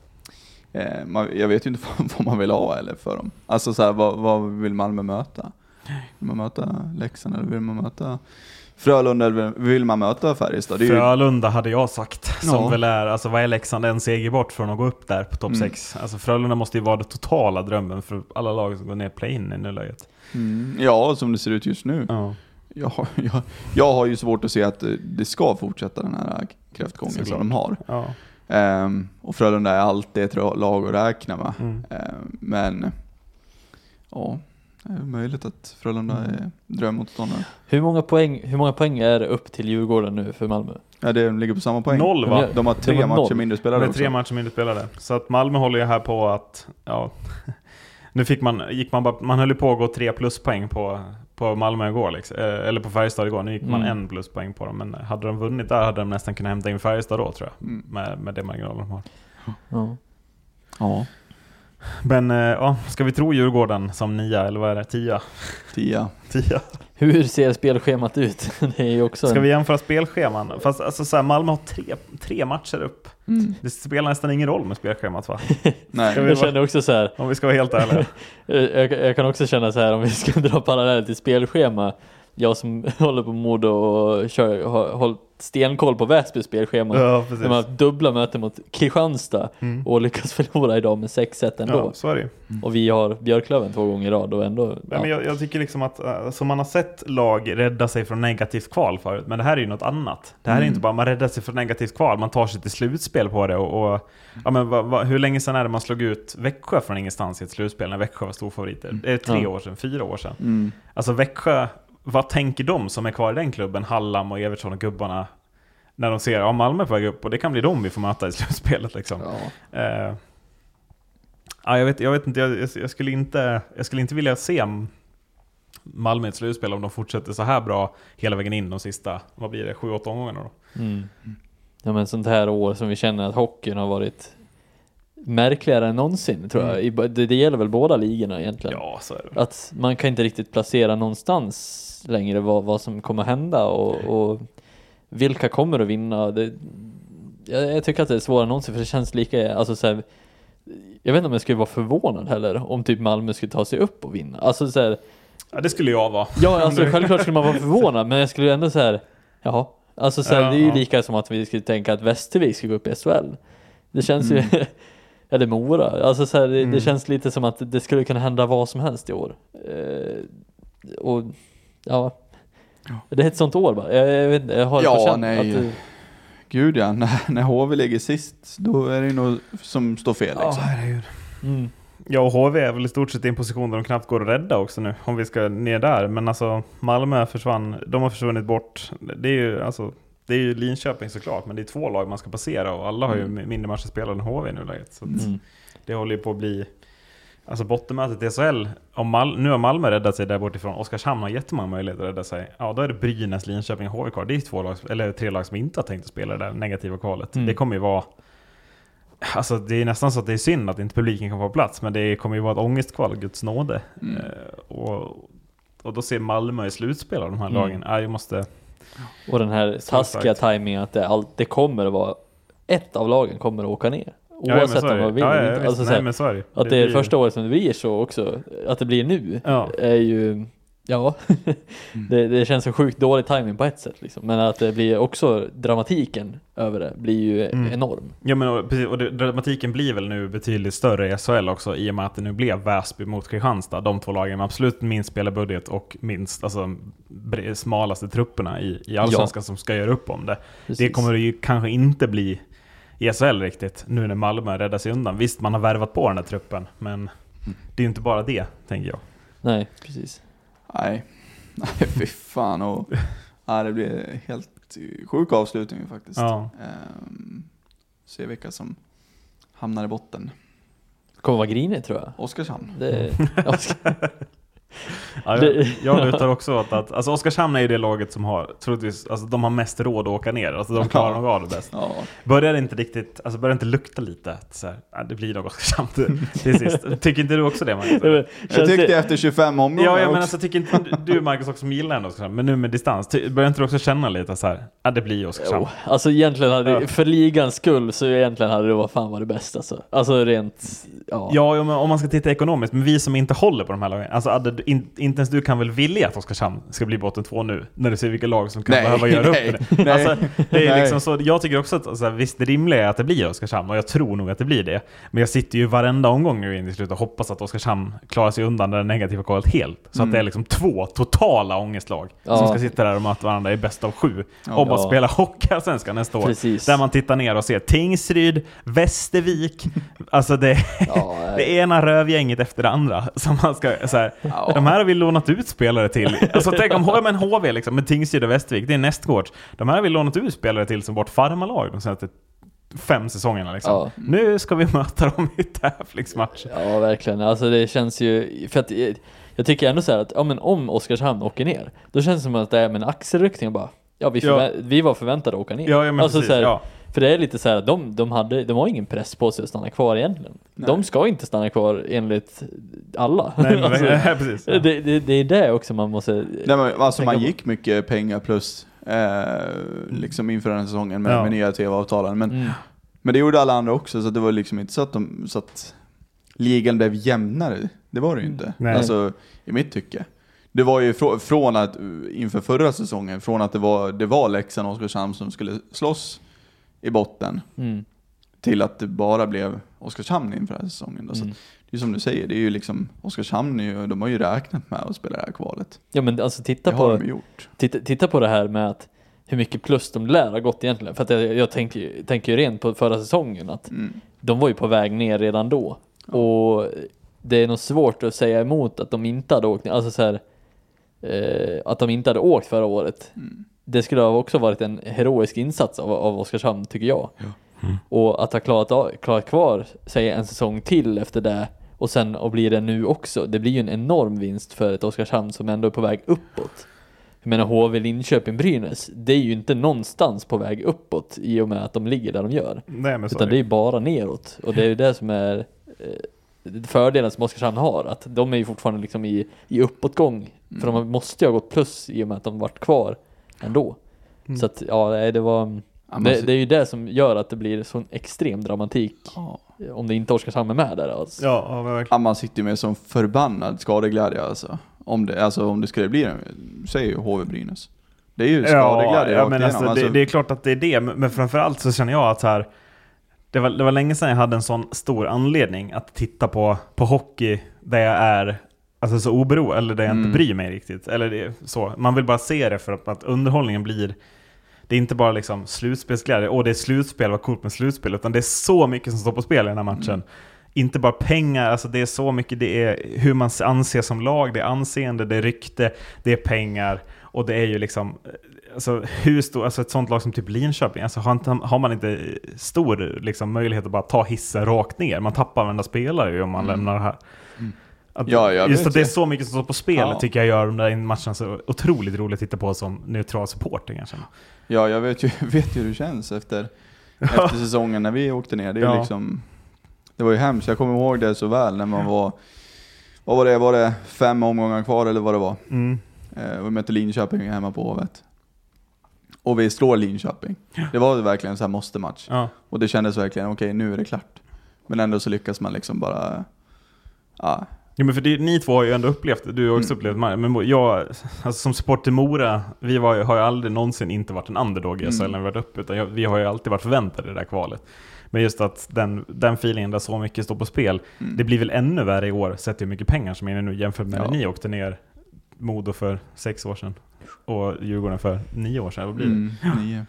Jag vet ju inte vad man vill ha eller för dem. Alltså så här, vad vill Malmö möta? Vill man möta Leksand eller vill man möta Frölunda eller vill man möta Färjestad? Frölunda hade jag sagt. Som väl är, alltså vad är Leksand, en seger bort från att gå upp där på topp 6. Alltså Frölunda måste ju vara det totala drömmen för alla lag som går ner play-in i nuläget. Ja, som det ser ut just nu. Ja. Jag har ju svårt att se att det ska fortsätta den här kräftgången som de har. Ja. Och Frölunda är alltid ett lag att räkna med. Men ja, det är möjligt att Frölunda är drömmotståndare. Hur många poäng är det upp till Djurgården nu för Malmö? Ja, det ligger på samma poäng. 0, va? De har 3 matcher mindre spelade. De har 3 matcher mindre spelade. Så att Malmö håller ju här på att, ja, nu man höll ju på att gå 3 pluspoäng på Malmö igår liksom. Eller på Färjestad igår. Nu gick man 1 pluspoäng på dem, men hade de vunnit där hade de nästan kunnat hämta in Färjestad då, tror jag. Med det marginal de har. Ja. Men ja, ska vi tro Djurgården som 9 eller vad är det? 10. Hur ser spelschemat ut? Det är ju också ska vi jämföra spelscheman? Fast alltså, så här, Malmö har 3 matcher upp. Det spelar nästan ingen roll med spelschemat, va? Nej. Jag känner också så här, om vi ska vara helt ärliga. jag kan också känna så här, om vi ska dra parallell till spelschema. Jag som håller på Modo och har hållit stenkoll på Väsbys spelschema. Ja, de har dubbla möten mot Kristianstad och lyckas förlora idag med 6-1 ändå. Ja, så är det. Och vi har Björklöven 2 gånger i rad och ändå. Ja. Men jag tycker liksom att som man har sett lag rädda sig från negativt kval förut, men det här är ju något annat. Det här är inte bara man räddar sig från negativt kval, man tar sig till slutspel på det och ja, men hur länge sedan är det man slog ut Växjö från ingenstans i ett slutspel när Växjö var storfavoriter? Det är 3 år sedan, 4 år sedan. Alltså Växjö, vad tänker de som är kvar i den klubben, Hallam och Evertsson och gubbarna, när de ser Malmö på väg upp, och det kan bli dem vi får möta i slutspelet liksom. Jag vet inte, jag skulle inte vilja se Malmö i ett slutspel om de fortsätter så här bra hela vägen in de sista, vad blir det, 7-8 omgångarna då. Ja, men sånt här år som vi känner att hockeyn har varit märkligare än någonsin, tror jag. Det gäller väl båda ligorna egentligen. Ja, så är det. Att man kan inte riktigt placera någonstans längre vad som kommer hända och vilka kommer att vinna. Jag tycker att det är svårare än någonsin, för det känns lika, alltså så här, jag vet inte om jag skulle vara förvånad heller om typ Malmö skulle ta sig upp och vinna. Alltså så här, Ja, det skulle jag vara. ja, alltså självklart skulle man vara förvånad, men jag skulle ändå så här, jaha. Alltså så här, det är ju lika som att vi skulle tänka att Västervik ska gå upp i SHL. Det känns ju eller Mora. Alltså så här, det känns lite som att det skulle kunna hända vad som helst i år. Och ja. Det är ett sånt år bara. Jag vet inte, jag har på känt nej. att Gud ja, när HV ligger sist, då är det nog som står fel liksom. Herregud. Ja, och HV är väl i stort sett i en position där de knappt går att rädda också nu, om vi ska ner där. Men alltså, Malmö de har försvunnit bort. Det är ju Linköping såklart, men det är 2 lag man ska passera och alla har ju mindre matcher spelade än HV nu läget. Så det håller ju på att bli, alltså bottenmötet i SHL, nu har Malmö räddat sig där bortifrån. Oskarshamn har jättemånga möjligheter att rädda sig. Ja, då är det Brynäs, Linköping och HV kvar. Det är 2 lag, eller 3 lag som inte har tänkt att spela det där negativa kvalet. Det kommer ju vara, alltså det är nästan så att det är synd att inte publiken kan få plats, men det kommer ju vara ett ångestkval, Guds nåde. Och då ser Malmö i slutspel av de här lagen. Jag måste... Och den här taskiga tajmingen att det kommer att vara ett av lagen kommer att åka ner. Oavsett om man vill. Alltså, nej, men så är det. Att det är första året som det blir så också. Att det blir nu är ju... Ja, det känns så sjukt dålig timing på ett sätt liksom. Men att det blir också dramatiken över det blir ju enorm. Ja, men precis, och dramatiken blir väl nu betydligt större i SHL också, i och med att det nu blev Väsby mot Kristianstad. De 2 lagen med absolut minst spelarbudget och minst, alltså smalaste trupperna i Allsvenskan som ska göra upp om det. Precis. Det kommer det ju kanske inte bli i SHL riktigt, nu när Malmö räddar sig undan. Visst, man har värvat på den här truppen, men det är ju inte bara det, tänker jag. Nej, precis. Nej, fy fan. Och, det blir helt sjuk avslutning faktiskt. Se vilka som hamnar i botten. Det kommer vara grinigt, tror jag. Oskarshamn. Jag lutar också åt att alltså Oskarshamn är ju det laget som har troligtvis, alltså de har mest råd att åka ner, alltså de klarar nog av det bäst. Börjar inte lukta lite att så här, det blir nog Oskarshamn till sist. Tycker inte du också det, Marcus? Jag tyckte efter 25 omgångar. Ja, men alltså tycker inte du, Marcus, också som gillar ändå Oskarshamn, men nu med distans börjar inte du också känna lite så här, det blir Oskarshamn. Alltså egentligen hade för ligans skull så egentligen hade det varit det bästa alltså rent men om man ska titta ekonomiskt, men vi som inte håller på de här lagen, alltså inte ens du kan väl vilja att Oskarshamn ska bli botten 2 nu, när du ser vilka lag som kan behöva göra upp det. Alltså, det är liksom så, jag tycker också att alltså, visst, det rimliga är att det blir Oskarshamn, och jag tror nog att det blir det. Men jag sitter ju varenda omgång nu in i slutet och hoppas att Oskarshamn klarar sig undan det negativa kvalet helt. Så att det är liksom 2 totala ångestlag som ska sitta där och möta varandra i bäst av 7 om att spela Hockeyallsvenskan nästa år. Precis. Där man tittar ner och ser Tingsryd, Västervik, alltså det ena rövgänget efter det andra som man ska så här, de här har vi lånat ut spelare till. Alltså tänk om HV liksom, med Tingsryd och Västervik, det är nästgårds. De här har vi lånat ut spelare till som vårt farmarlag de senaste 5 säsongerna liksom. Nu ska vi möta dem i tävlingsmatch. Ja, verkligen. Alltså det känns ju, för att jag tycker ändå så här att men om Oskarshamn åker ner, då känns det som att det är med en axelryckning och bara vi var förväntade att åka ner. Ja, men alltså, precis, så här, för det är lite så här att de har ingen press på sig att stanna kvar egentligen. Nej. De ska inte stanna kvar enligt alla. Nej, men, alltså, precis, det är det också man måste... Nej, men, alltså man gick mycket pengar plus liksom inför den här säsongen med nya tv-avtalen. Men det gjorde alla andra också, så det var liksom inte så att ligan blev jämnare. Det var det ju inte. Nej. Alltså i mitt tycke. Det var ju från att inför förra säsongen, från att det var Leksand och Oskarshamn som skulle slåss i botten till att det bara blev Oskarshamn inför den här säsongen. Så det är som du säger, det är ju liksom Oskarshamn, de har ju räknat med att spela det här kvalet. Ja, men alltså titta på det här med att hur mycket plus de lär ha gått egentligen. För att jag tänker ju rent på förra säsongen att de var ju på väg ner redan då. Och det är nog svårt att säga emot att de inte hade åkt ner. Alltså så här, att de inte hade åkt förra året. Det skulle ha också varit en heroisk insats av Oskarshamn, tycker jag. Och att ha klarat kvar, säg en säsong till efter det och sen och blir det nu också. Det blir ju en enorm vinst för ett Oskarshamn som ändå är på väg uppåt. Jag menar HV, Linköping, Brynäs, det är ju inte någonstans på väg uppåt i och med att de ligger där de gör. Nej, men utan det är ju bara neråt. Och det är ju det som är fördelen som Oskarshamn har, att de är ju fortfarande liksom i uppåtgång. För de måste ju ha gått plus i och med att de varit kvar ändå. Så att det var... Det är ju det som gör att det blir sån extrem dramatik om det inte Oskarshamn är med där alltså. Ja, verkligen. Man sitter ju med som förbannad skadeglädje alltså. Om det skulle bli säger ju HV Brynäs. Det är ju skadeglädje. Ja, men alltså, det är klart att det är det, men framförallt så känner jag att så här, det var länge sedan jag hade en sån stor anledning att titta på hockey där jag är alltså så oberoende, eller där jag inte bryr mig riktigt, eller det är så. Man vill bara se det för att underhållningen blir, det är inte bara liksom slutspelsglädje, det är slutspel, vad coolt med slutspel, utan det är så mycket som står på spel i den här matchen. Inte bara pengar, alltså det är så mycket, det är hur man anses som lag, det är anseende, det är rykte, det är pengar, och det är ju liksom alltså hur stor, alltså ett sånt lag som typ Linköping, alltså har man inte stor liksom möjlighet att bara ta hissen rakt ner, man tappar varenda spelare ju om man lämnar det här. Just att det är så mycket som står på spel tycker jag gör de där matcherna så otroligt roligt att titta på som neutral supporter kanske. Ja, jag vet ju hur det känns efter säsongen när vi åkte ner. Det är liksom, det var ju hemskt. Jag kommer ihåg det så väl när man var det 5 omgångar kvar eller vad det var. Vi mötte Linköping hemma på Hovet. Och vi slår Linköping. Det var verkligen en sån här måste-match. Och det kändes verkligen, okej, nu är det klart. Men ändå så lyckas man liksom bara... Ja, men för ni två har ju ändå upplevt det. Du har också upplevt det. Men jag, alltså som support till Mora, vi har ju aldrig någonsin inte varit en underdog i SHL när vi varit uppe, utan vi har ju alltid varit förväntade i det där kvalet. Men just att den feelingen där så mycket står på spel, det blir väl ännu värre i år, sett hur mycket pengar som är nu jämfört med när ni åkte ner Modo för 6 år sedan och Djurgården för 9 år sedan. Vad blir det? 9.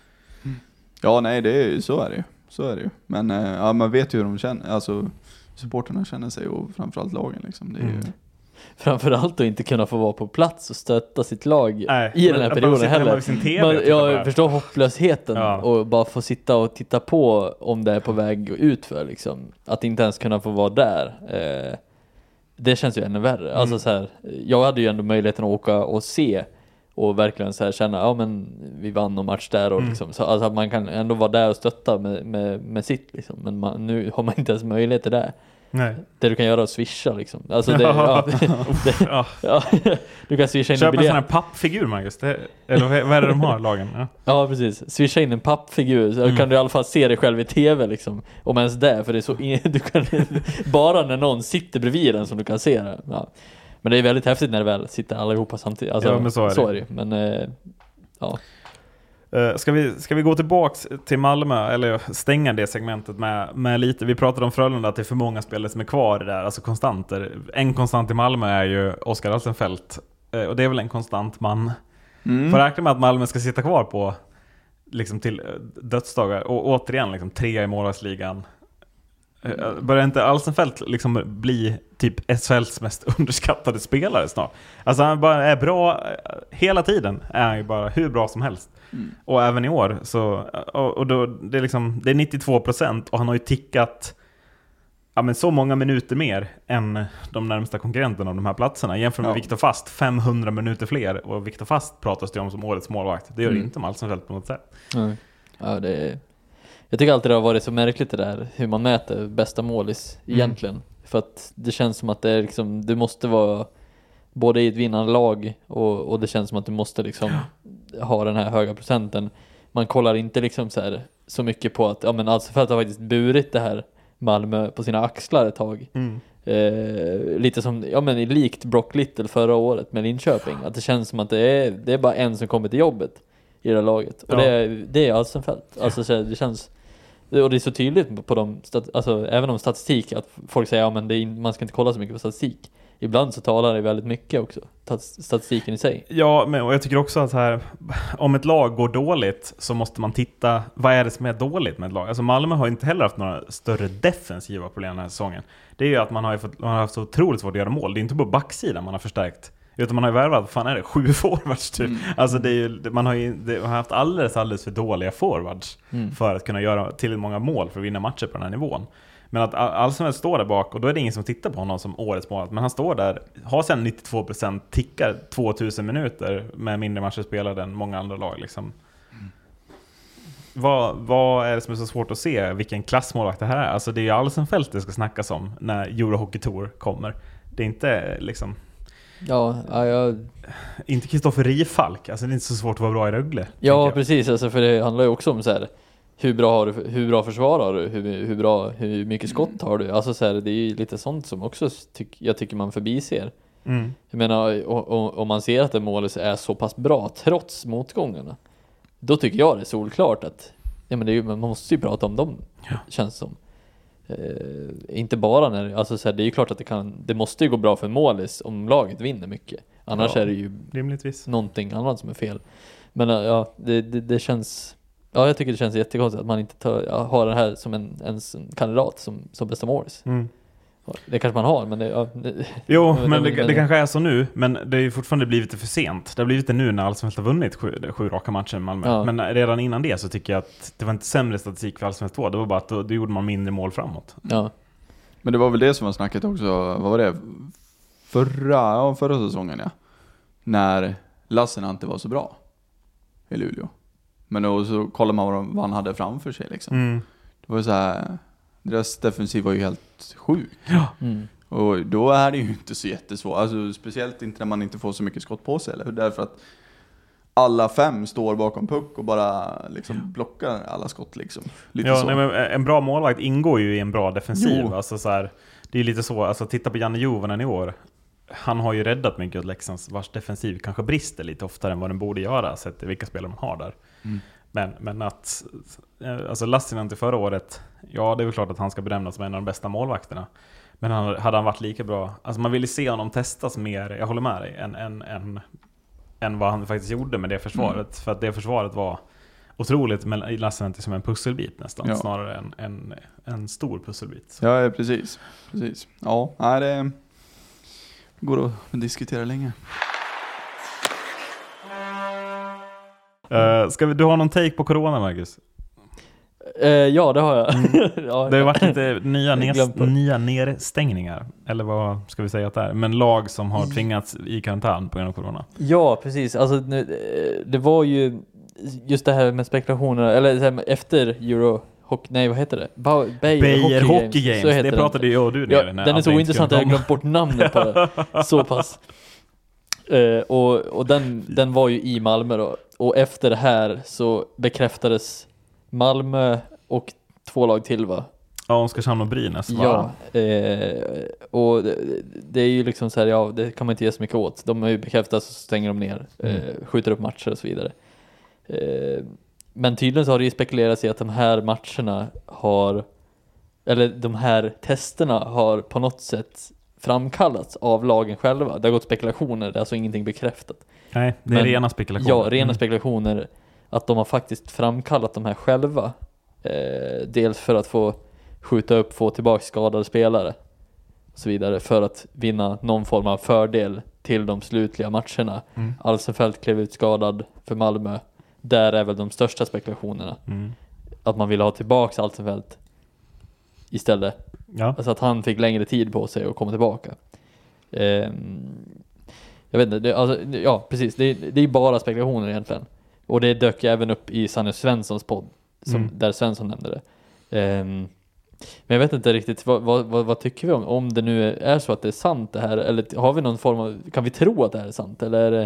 Ja, nej, det är ju så är det ju. Men man vet ju hur de känner, alltså supporterna känner sig, och framförallt lagen liksom. Det är ju... Framförallt att inte kunna få vara på plats och stötta sitt lag i den här perioden heller. Jag förstår hopplösheten och bara få sitta och titta på om det är på väg ut för liksom. Att inte ens kunna få vara där. Det känns ju ännu värre. Alltså så här, jag hade ju ändå möjligheten att åka och se och verkligen så här känna, men vi vann någon match där och liksom, så alltså att man kan ändå vara där och stötta med sitt liksom. Men nu har man inte ens möjlighet till det. Nej. Det du kan göra är att swisha liksom. Alltså du kan swisha in en sån här pappfigur, Marcus. Eller vad är det de har, lagen? Ja, precis. Swisha in en pappfigur så kan du i alla fall se dig själv i tv liksom. Om ens det, för det är så du kan bara när någon sitter bredvid den som du kan se det. Ja. Men det är väldigt häftigt när det väl sitter allihopa samtidigt. Alltså, men så är det. Men Ska vi gå tillbaks till Malmö, eller stänga det segmentet med lite, vi pratade om Frölunda att det är för många spelare som är kvar där, alltså konstanter. En konstant i Malmö är ju Oskar Alsenfelt, och det är väl en konstant man får räkna med att Malmö ska sitta kvar på liksom till dödsdagar, och återigen liksom 3 i målvaktsligan. Börjar inte Alsenfelt liksom bli typ SHLs mest underskattade spelare snart? Alltså han bara är bra hela tiden, är han ju bara hur bra som helst. Och även i år så, och då, det är liksom, det är 92% och han har ju tickat men så många minuter mer än de närmsta konkurrenterna av de här platserna. Jämfört med Viktor Fast, 500 minuter fler, och Viktor Fast pratas det om som årets målvakt. Det gör det inte om Alsenfelt på något sätt. Ja, det är... Jag tycker alltid det har varit så märkligt det där, hur man mäter bästa målis egentligen. För att det känns som att det är liksom, du måste vara både i ett vinnande lag och det känns som att du måste liksom ha den här höga procenten. Man kollar inte liksom så mycket på att Alsenfelt har faktiskt burit det här Malmö på sina axlar ett tag. Lite som likt Brock Little förra året med Linköping. Att det känns som att det är bara en som kommer till jobbet i det här laget. Och det är Alsenfelt. Alltså det känns, och det är så tydligt på alltså även om statistik, att folk säger man ska inte kolla så mycket på statistik. Ibland så talar det väldigt mycket också, statistiken i sig. Ja, men och jag tycker också att här, om ett lag går dåligt så måste man titta, vad är det som är dåligt med ett lag? Alltså Malmö har inte heller haft några större defensiva problem den här säsongen. Det är ju att man har haft så otroligt svårt att göra mål. Det är inte på backsidan man har förstärkt, utan man har ju värvat, 7 forwards typ. Alltså det är ju, man har haft alldeles för dåliga forwards för att kunna göra tillräckligt många mål för att vinna matcher på den här nivån. Men att Alsenfelt står där bak och då är det ingen som tittar på honom som årets mål. Men han står där, har sen 92%, tickar 2000 minuter med mindre matcher spelade än många andra lag liksom. Vad är det som är så svårt att se vilken klassmålvakt det här är? Alltså det är ju Alsenfelt det ska snackas om när Eurohockey Tour kommer. Det är inte liksom... Inte Kristoffer Rifalk. Alltså det är inte så svårt att vara bra i Rögle. Ja, precis. Alltså, för det handlar ju också om så här, hur bra försvarar du? Hur mycket skott har du? Alltså så här, det är ju lite sånt som också jag tycker man förbiser. Jag menar, om man ser att en målis är så pass bra trots motgångarna, då tycker jag det är solklart att man måste ju prata om dem, känns som. Inte bara när, alltså så här, det är ju klart att det måste ju gå bra för en målis om laget vinner mycket. Annars är det ju rimligtvis någonting annat som är fel. Men det känns, jag tycker det känns jättekonstigt att man inte har det här som en kandidat som bästa målis. Det kanske man har, men det kanske är så nu, men det är ju fortfarande blivit lite för sent. Det har blivit det nu när Alsenfelt har vunnit 7 raka matcher med Malmö. Ja. Men redan innan det så tycker jag att det var inte sämre statistik för Alsenfelt 2. Det var bara att då gjorde man mindre mål framåt. Ja. Men det var väl det som var snacket också, vad var det? Förra säsongen, när Lassen inte var så bra i Luleå. Men då så kollar man vad han hade framför sig liksom. Det var så här, deras defensiv var ju helt sjuk. Och då är det ju inte så jättesvårt. Alltså, speciellt inte när man inte får så mycket skott på sig. Eller? Därför att alla 5 står bakom puck och bara liksom blockar alla skott. Liksom. Lite så. Nej, men en bra målvakt ingår ju i en bra defensiv. Alltså, så här, det är lite så. Alltså, titta på Janne Juvonen i år. Han har ju räddat mycket åt Leksands, vars defensiv kanske brister lite oftare än vad den borde göra. Sett till vilka spelare de har där. Men att alltså Lassinen till förra året, det är väl klart att han ska benämnas som en av de bästa målvakterna. Men hade han varit lika bra, alltså man ville se honom testas mer, jag håller med dig, än vad han faktiskt gjorde med det försvaret. För att det försvaret var otroligt, men Lassinen som en pusselbit nästan, snarare än en stor pusselbit. Så. Ja, precis. Ja, det går att diskutera länge. Du ha någon take på corona, Marcus? Ja, det har jag. Det har varit lite nya nedstängningar. Eller vad ska vi säga att det är? Men lag som har tvingats i karantän på grund av corona. Ja, precis. Alltså, det var ju just det här med spekulationer. Eller så här, efter Euro... Nej, vad heter det? Beijer Hockey Games. Det pratade ju du nere. Den är så intressant att jag har glömt bort namnet på det. Så pass. Och den var ju i Malmö då. Och efter det här så bekräftades Malmö och 2 lag till, va? Ja, Oskarshamn och Brynäs, va? Ja, och det är ju liksom så här, det kan man inte ge så mycket åt. De har ju bekräftat så stänger de ner, skjuter upp matcher och så vidare. Men tydligen så har det ju spekulerats i att de här matcherna de här testerna har på något sätt framkallats av lagen själva. Det har gått spekulationer, det är alltså ingenting bekräftat. Nej, det är rena spekulationer. Ja, rena spekulationer att de har faktiskt framkallat de här själva. Dels för att få tillbaka skadade spelare och så vidare, för att vinna någon form av fördel till de slutliga matcherna. Alsenfelt klev ut skadad för Malmö. Där är väl de största spekulationerna. Att man ville ha tillbaka Alsenfelt istället. Ja. Alltså att han fick längre tid på sig att komma tillbaka. Jag vet inte, precis. Det är bara spekulationer egentligen. Och det dök även upp i Sanne Svenssons podd, där Svensson nämnde det. Men jag vet inte riktigt, vad tycker vi om det nu är så att det är sant det här? Eller har vi någon form av, kan vi tro att det här är sant? Eller är det...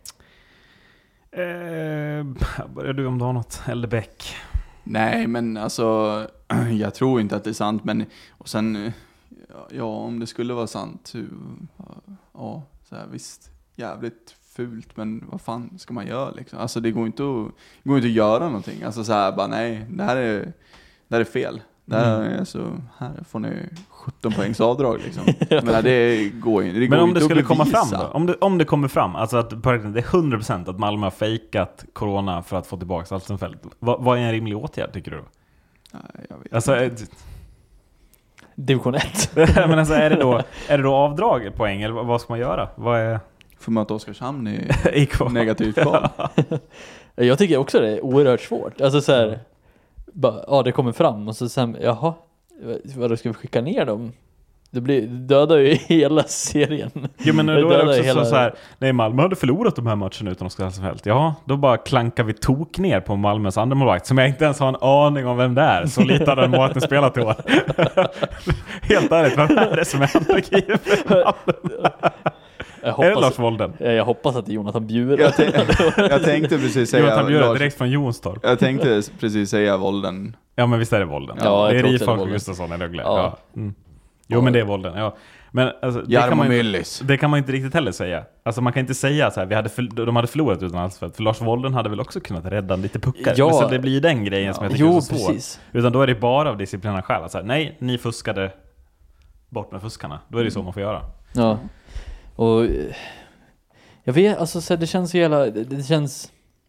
Börjar du om du har något? Eller Bäck? Nej, men alltså jag tror inte att det är sant, men och sen om det skulle vara sant, så här, visst, jävligt fult, men vad fan ska man göra liksom? Alltså det går inte att göra någonting. Alltså så här, bara nej, det här är fel. Här får ni 17 poängs avdrag liksom. Men det går inte. Men om det skulle komma fram då? Om det kommer fram, alltså att det är 100% att Malmö har fejkat corona för att få tillbaka Alsenfelt. Vad är en rimlig åtgärd, tycker du? Jag vet alltså, Division 1. Men alltså, är det då avdrag poäng, eller vad ska man göra? Vad är... För möta Oskarshamn är negativt kvar. Jag tycker också det är oerhört svårt. Alltså så här, det kommer fram och så sen, Vad ska vi skicka ner dem? Det dödar ju hela serien. Jo, men då är det också så här, nej, Malmö hade förlorat de här matcherna utan Oskar Hasselfeldt. Ja, då bara klankar vi tok ner på Malmös andra målvakt som jag inte ens har en aning om vem det är. Så lite av den målvakten spelat i år. Helt ärligt, vem är det som är andra keeper? Är det Lars Wolden? Jag hoppas att det är Jonathan Bjure. Jag tänkte precis säga Jonathan Bjure direkt från Jonstorp. Jag tänkte precis säga Wolden. Ja, men visst är det Wolden. Ja, det är Rifalk och Gustafsson i Rögle. Ja. Jo, men det är Wolden. Ja. Men alltså, det kan man inte riktigt heller säga. Alltså man kan inte säga så här, de hade förlorat utan Hasselfeldt. För Lars Wolden hade väl också kunnat rädda lite puckar. Ja. Så det blir den grejen som jag tycker är så svår. Precis. Utan då är det bara av disciplinen själv. Alltså, nej, ni fuskade, bort med fuskarna. Då är det så man får göra. Ja. Och jag vet, alltså så här, det känns så jävla, det känns,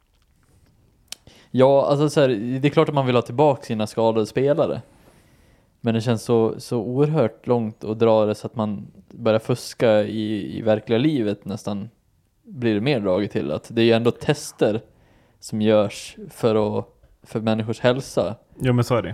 ja, alltså så här, det är klart att man vill ha tillbaka sina skadade spelare. Men det känns så oerhört långt att dra det så att man börjar fuska i verkliga livet nästan blir det mer draget till. Att det är ju ändå tester som görs för människors hälsa. Jo, men så är det.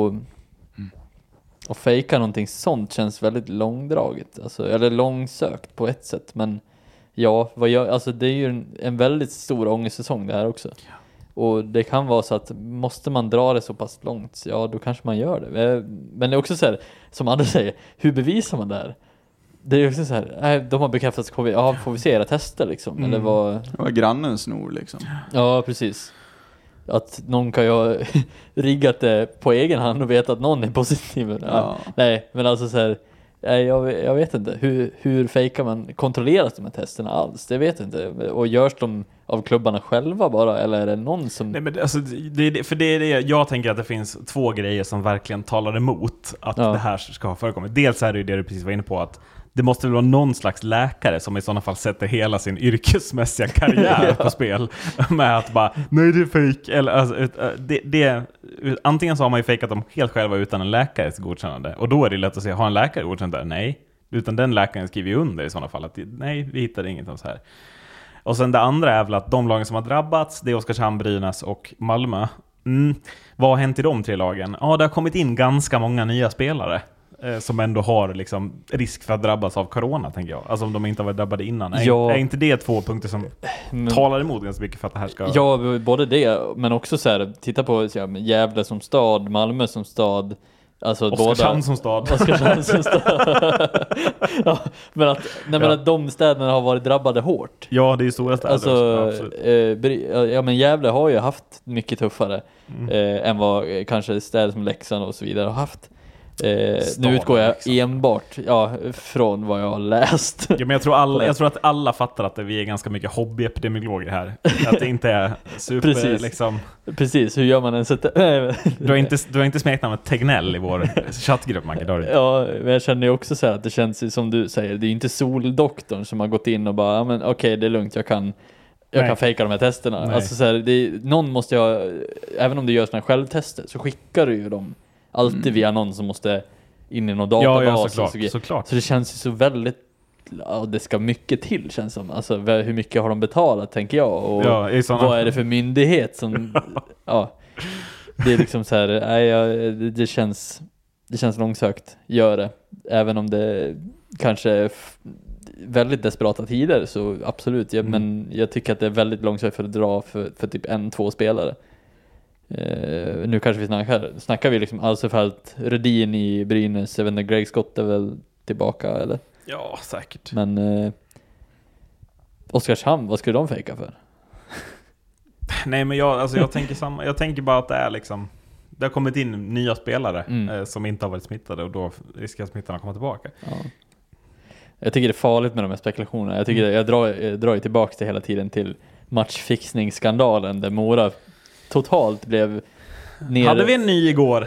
Och fejka någonting sånt känns väldigt långdraget. Alltså, eller långsökt på ett sätt. Men ja, alltså det är ju en väldigt stor ångestsäsong det här också. Ja. Och det kan vara så att måste man dra det så pass långt, ja då kanske man gör det. Men det är också så här, som andra säger, hur bevisar man det här? Det är också så här, de har bekräftat covid, ja, får vi se era tester liksom? Eller vad? Det var grannens snor liksom. Ja, precis. Att någon kan ju ha riggat det på egen hand och veta att någon är positiv. Ja. Nej, men alltså så här, jag vet inte. Hur fejkar man? Kontrolleras de här testerna alls? Det vet jag inte. Och görs de av klubbarna själva bara? Eller är det någon som... Nej, men alltså, för det är det. Jag tänker att det finns två grejer som verkligen talar emot att det här ska ha förekommit. Dels är det ju det du precis var inne på, att det måste väl vara någon slags läkare som i sådana fall sätter hela sin yrkesmässiga karriär på spel med att bara, nej det är fake. Eller, alltså, antingen så har man ju fejkat dem helt själva utan en läkares godkännande. Och då är det lätt att säga, har en läkare godkänt det? Nej. Utan den läkaren skriver ju under i sådana fall att nej, vi hittade inget om så här. Och sen det andra är väl att de lagen som har drabbats, det är Oskarshamn, Brynäs och Malmö. Vad har hänt i de tre lagen? Ja, det har kommit in ganska många nya spelare som ändå har liksom risk för att drabbas av corona, tänker jag. Alltså om de inte har varit drabbade innan. Är inte det 2 punkter som talar emot ganska mycket för att det här ska... Ja, både det, men också så här, titta på Gävle som stad, Malmö som stad, alltså Oskarshamn som stad. Oskarshamn som stad. Ja, men att de städerna har varit drabbade hårt. Ja, det är ju stora städer. Alltså, men Gävle har ju haft mycket tuffare än vad kanske städer som Leksand och så vidare har haft. Nu utgår jag enbart från vad jag har läst. Ja, men jag tror att alla fattar att vi är ganska mycket hobbyepidemiologer här. Att det inte är super... Precis. Liksom... Precis, hur gör man en sätt... Du har inte smeknamnet Tegnell i vår chattgrupp, Macke. Ja, men jag känner ju också så här att det känns som du säger, det är ju inte Soldoktorn som har gått in och bara, men okej, det är lugnt, jag kan fejka de här testerna. Nej. Alltså så här, någon måste jag, även om du gör såna självtester så skickar du ju dem alltid via någon som måste in i någon databas. Ja, såklart. Så det känns ju så väldigt, det ska mycket till, känns som. Alltså hur mycket har de betalat, tänker jag, och vad är det för myndighet som det är liksom så här, det känns långsökt, gör det, även om det kanske är väldigt desperata tider, så absolut, men jag tycker att det är väldigt långsökt för att dra för typ 1-2 spelare. Nu kanske vi snackar vi liksom Alsefelt, Rudin i Brynäs, jag vet inte, Greg Scott är väl tillbaka, eller? Ja, säkert. Men Oskarshamn, vad skulle de fejka för? Nej, men jag tänker samma. Jag tänker bara att det är liksom, det har kommit in nya spelare som inte har varit smittade, och då riskerar smittan att komma tillbaka. Ja. Jag tycker det är farligt med de här spekulationerna. Jag tycker jag drar ju tillbaka det hela tiden till matchfixningsskandalen där Mora totalt blev nere. Hade vi en ny igår?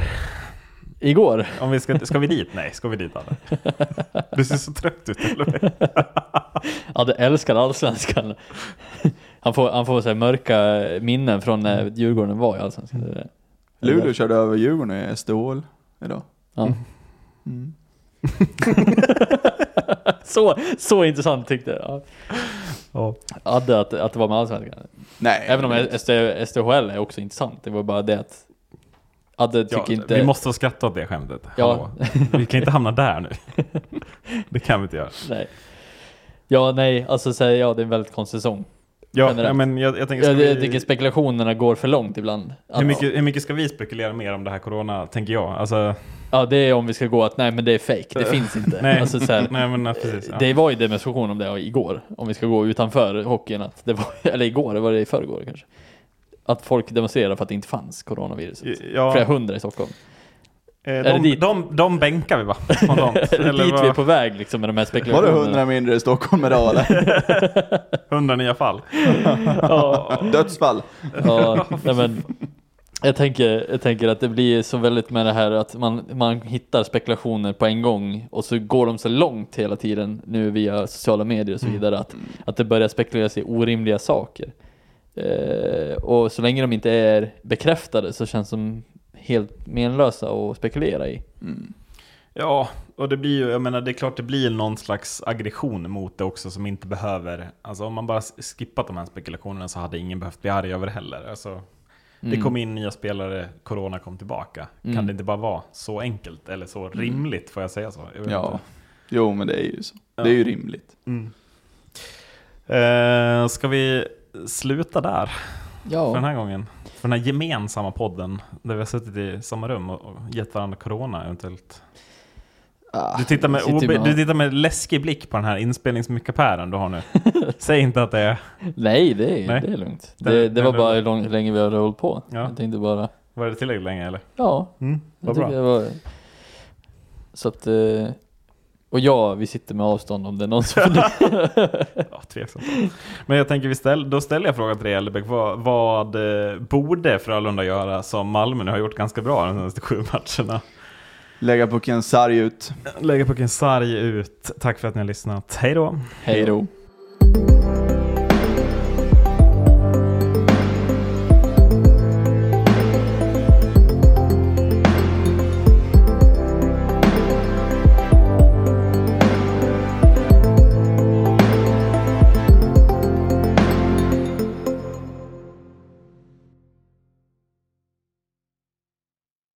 Om vi ska vi dit? Nej, ska vi dit alla? Du ser så trött ut, eller? Ja, det älskar allsvenskan. Han får så här mörka minnen från när Djurgården var i allsvenskan. Luleå körde över Djurgården i SDHL idag. Ja. Så intressant tyckte jag. Ja. Adde att det var med allsvenskan. Nej. Även om SDHL är också intressant. Det var bara det att Adde tycker inte... Vi måste skratta åt det skämtet. Ja. Vi kan inte hamna där nu. Det kan vi inte göra. Nej. Ja, nej, alltså säger jag, det är en väldigt konstig säsong. Ja, men jag tänker... Jag tycker spekulationerna går för långt ibland. Hur mycket ska vi spekulera mer om det här corona, tänker jag? Alltså... Ja, det är om vi ska gå att nej, men det är fake, det finns inte. Nej, alltså, så här, nej men precis. Ja. Det var ju demonstration om det igår. Om vi ska gå utanför hockeyn. Att det var, eller igår, det var det i förrgår kanske. Att folk demonstrerade för att det inte fanns coronaviruset. Ja. Flera hundra i Stockholm. De bänkar vi va? Eller dit vi är på väg liksom med de här spekulationerna. Var det 100 mindre i Stockholm idag eller? 100 nya fall. Dödsfall. Ja, nej, men jag tänker att det blir så väldigt med det här att man hittar spekulationer på en gång och så går de så långt hela tiden nu via sociala medier och så vidare att det börjar spekuleras i orimliga saker. Och så länge de inte är bekräftade så känns de helt menlösa att spekulera i. Ja, och det blir ju, jag menar, det är klart det blir någon slags aggression mot det också som inte behöver, alltså om man bara skippat de här spekulationerna så hade ingen behövt bli arg över det heller. Alltså, det kom in nya spelare, corona kom tillbaka. Kan det inte bara vara så enkelt eller så rimligt, får jag säga så? Jag vet inte. Jo, men det är ju så. Det är ju rimligt. Ska vi sluta där för den här gången? För den här gemensamma podden där vi har suttit i samma rum och gett varandra corona eventuellt. Du tittar med läskig blick på den här inspelningsmyckapären du har nu. Säg inte att det är... Nej, det är lugnt. Det var bara hur länge vi hade hållit på. Ja. Jag tänkte bara... Var det tillräckligt länge eller? Ja, vad bra. Så att... Och vi sitter med avstånd om det är någon som... Ja, tveksamt. Men jag tänker, då ställer jag frågan till dig, Ellebäck. Vad borde Frölunda göra som Malmö nu har gjort ganska bra de senaste 7 matcherna? Lägga pucken sarg ut. Tack för att ni har lyssnat. Hej då. Hej då.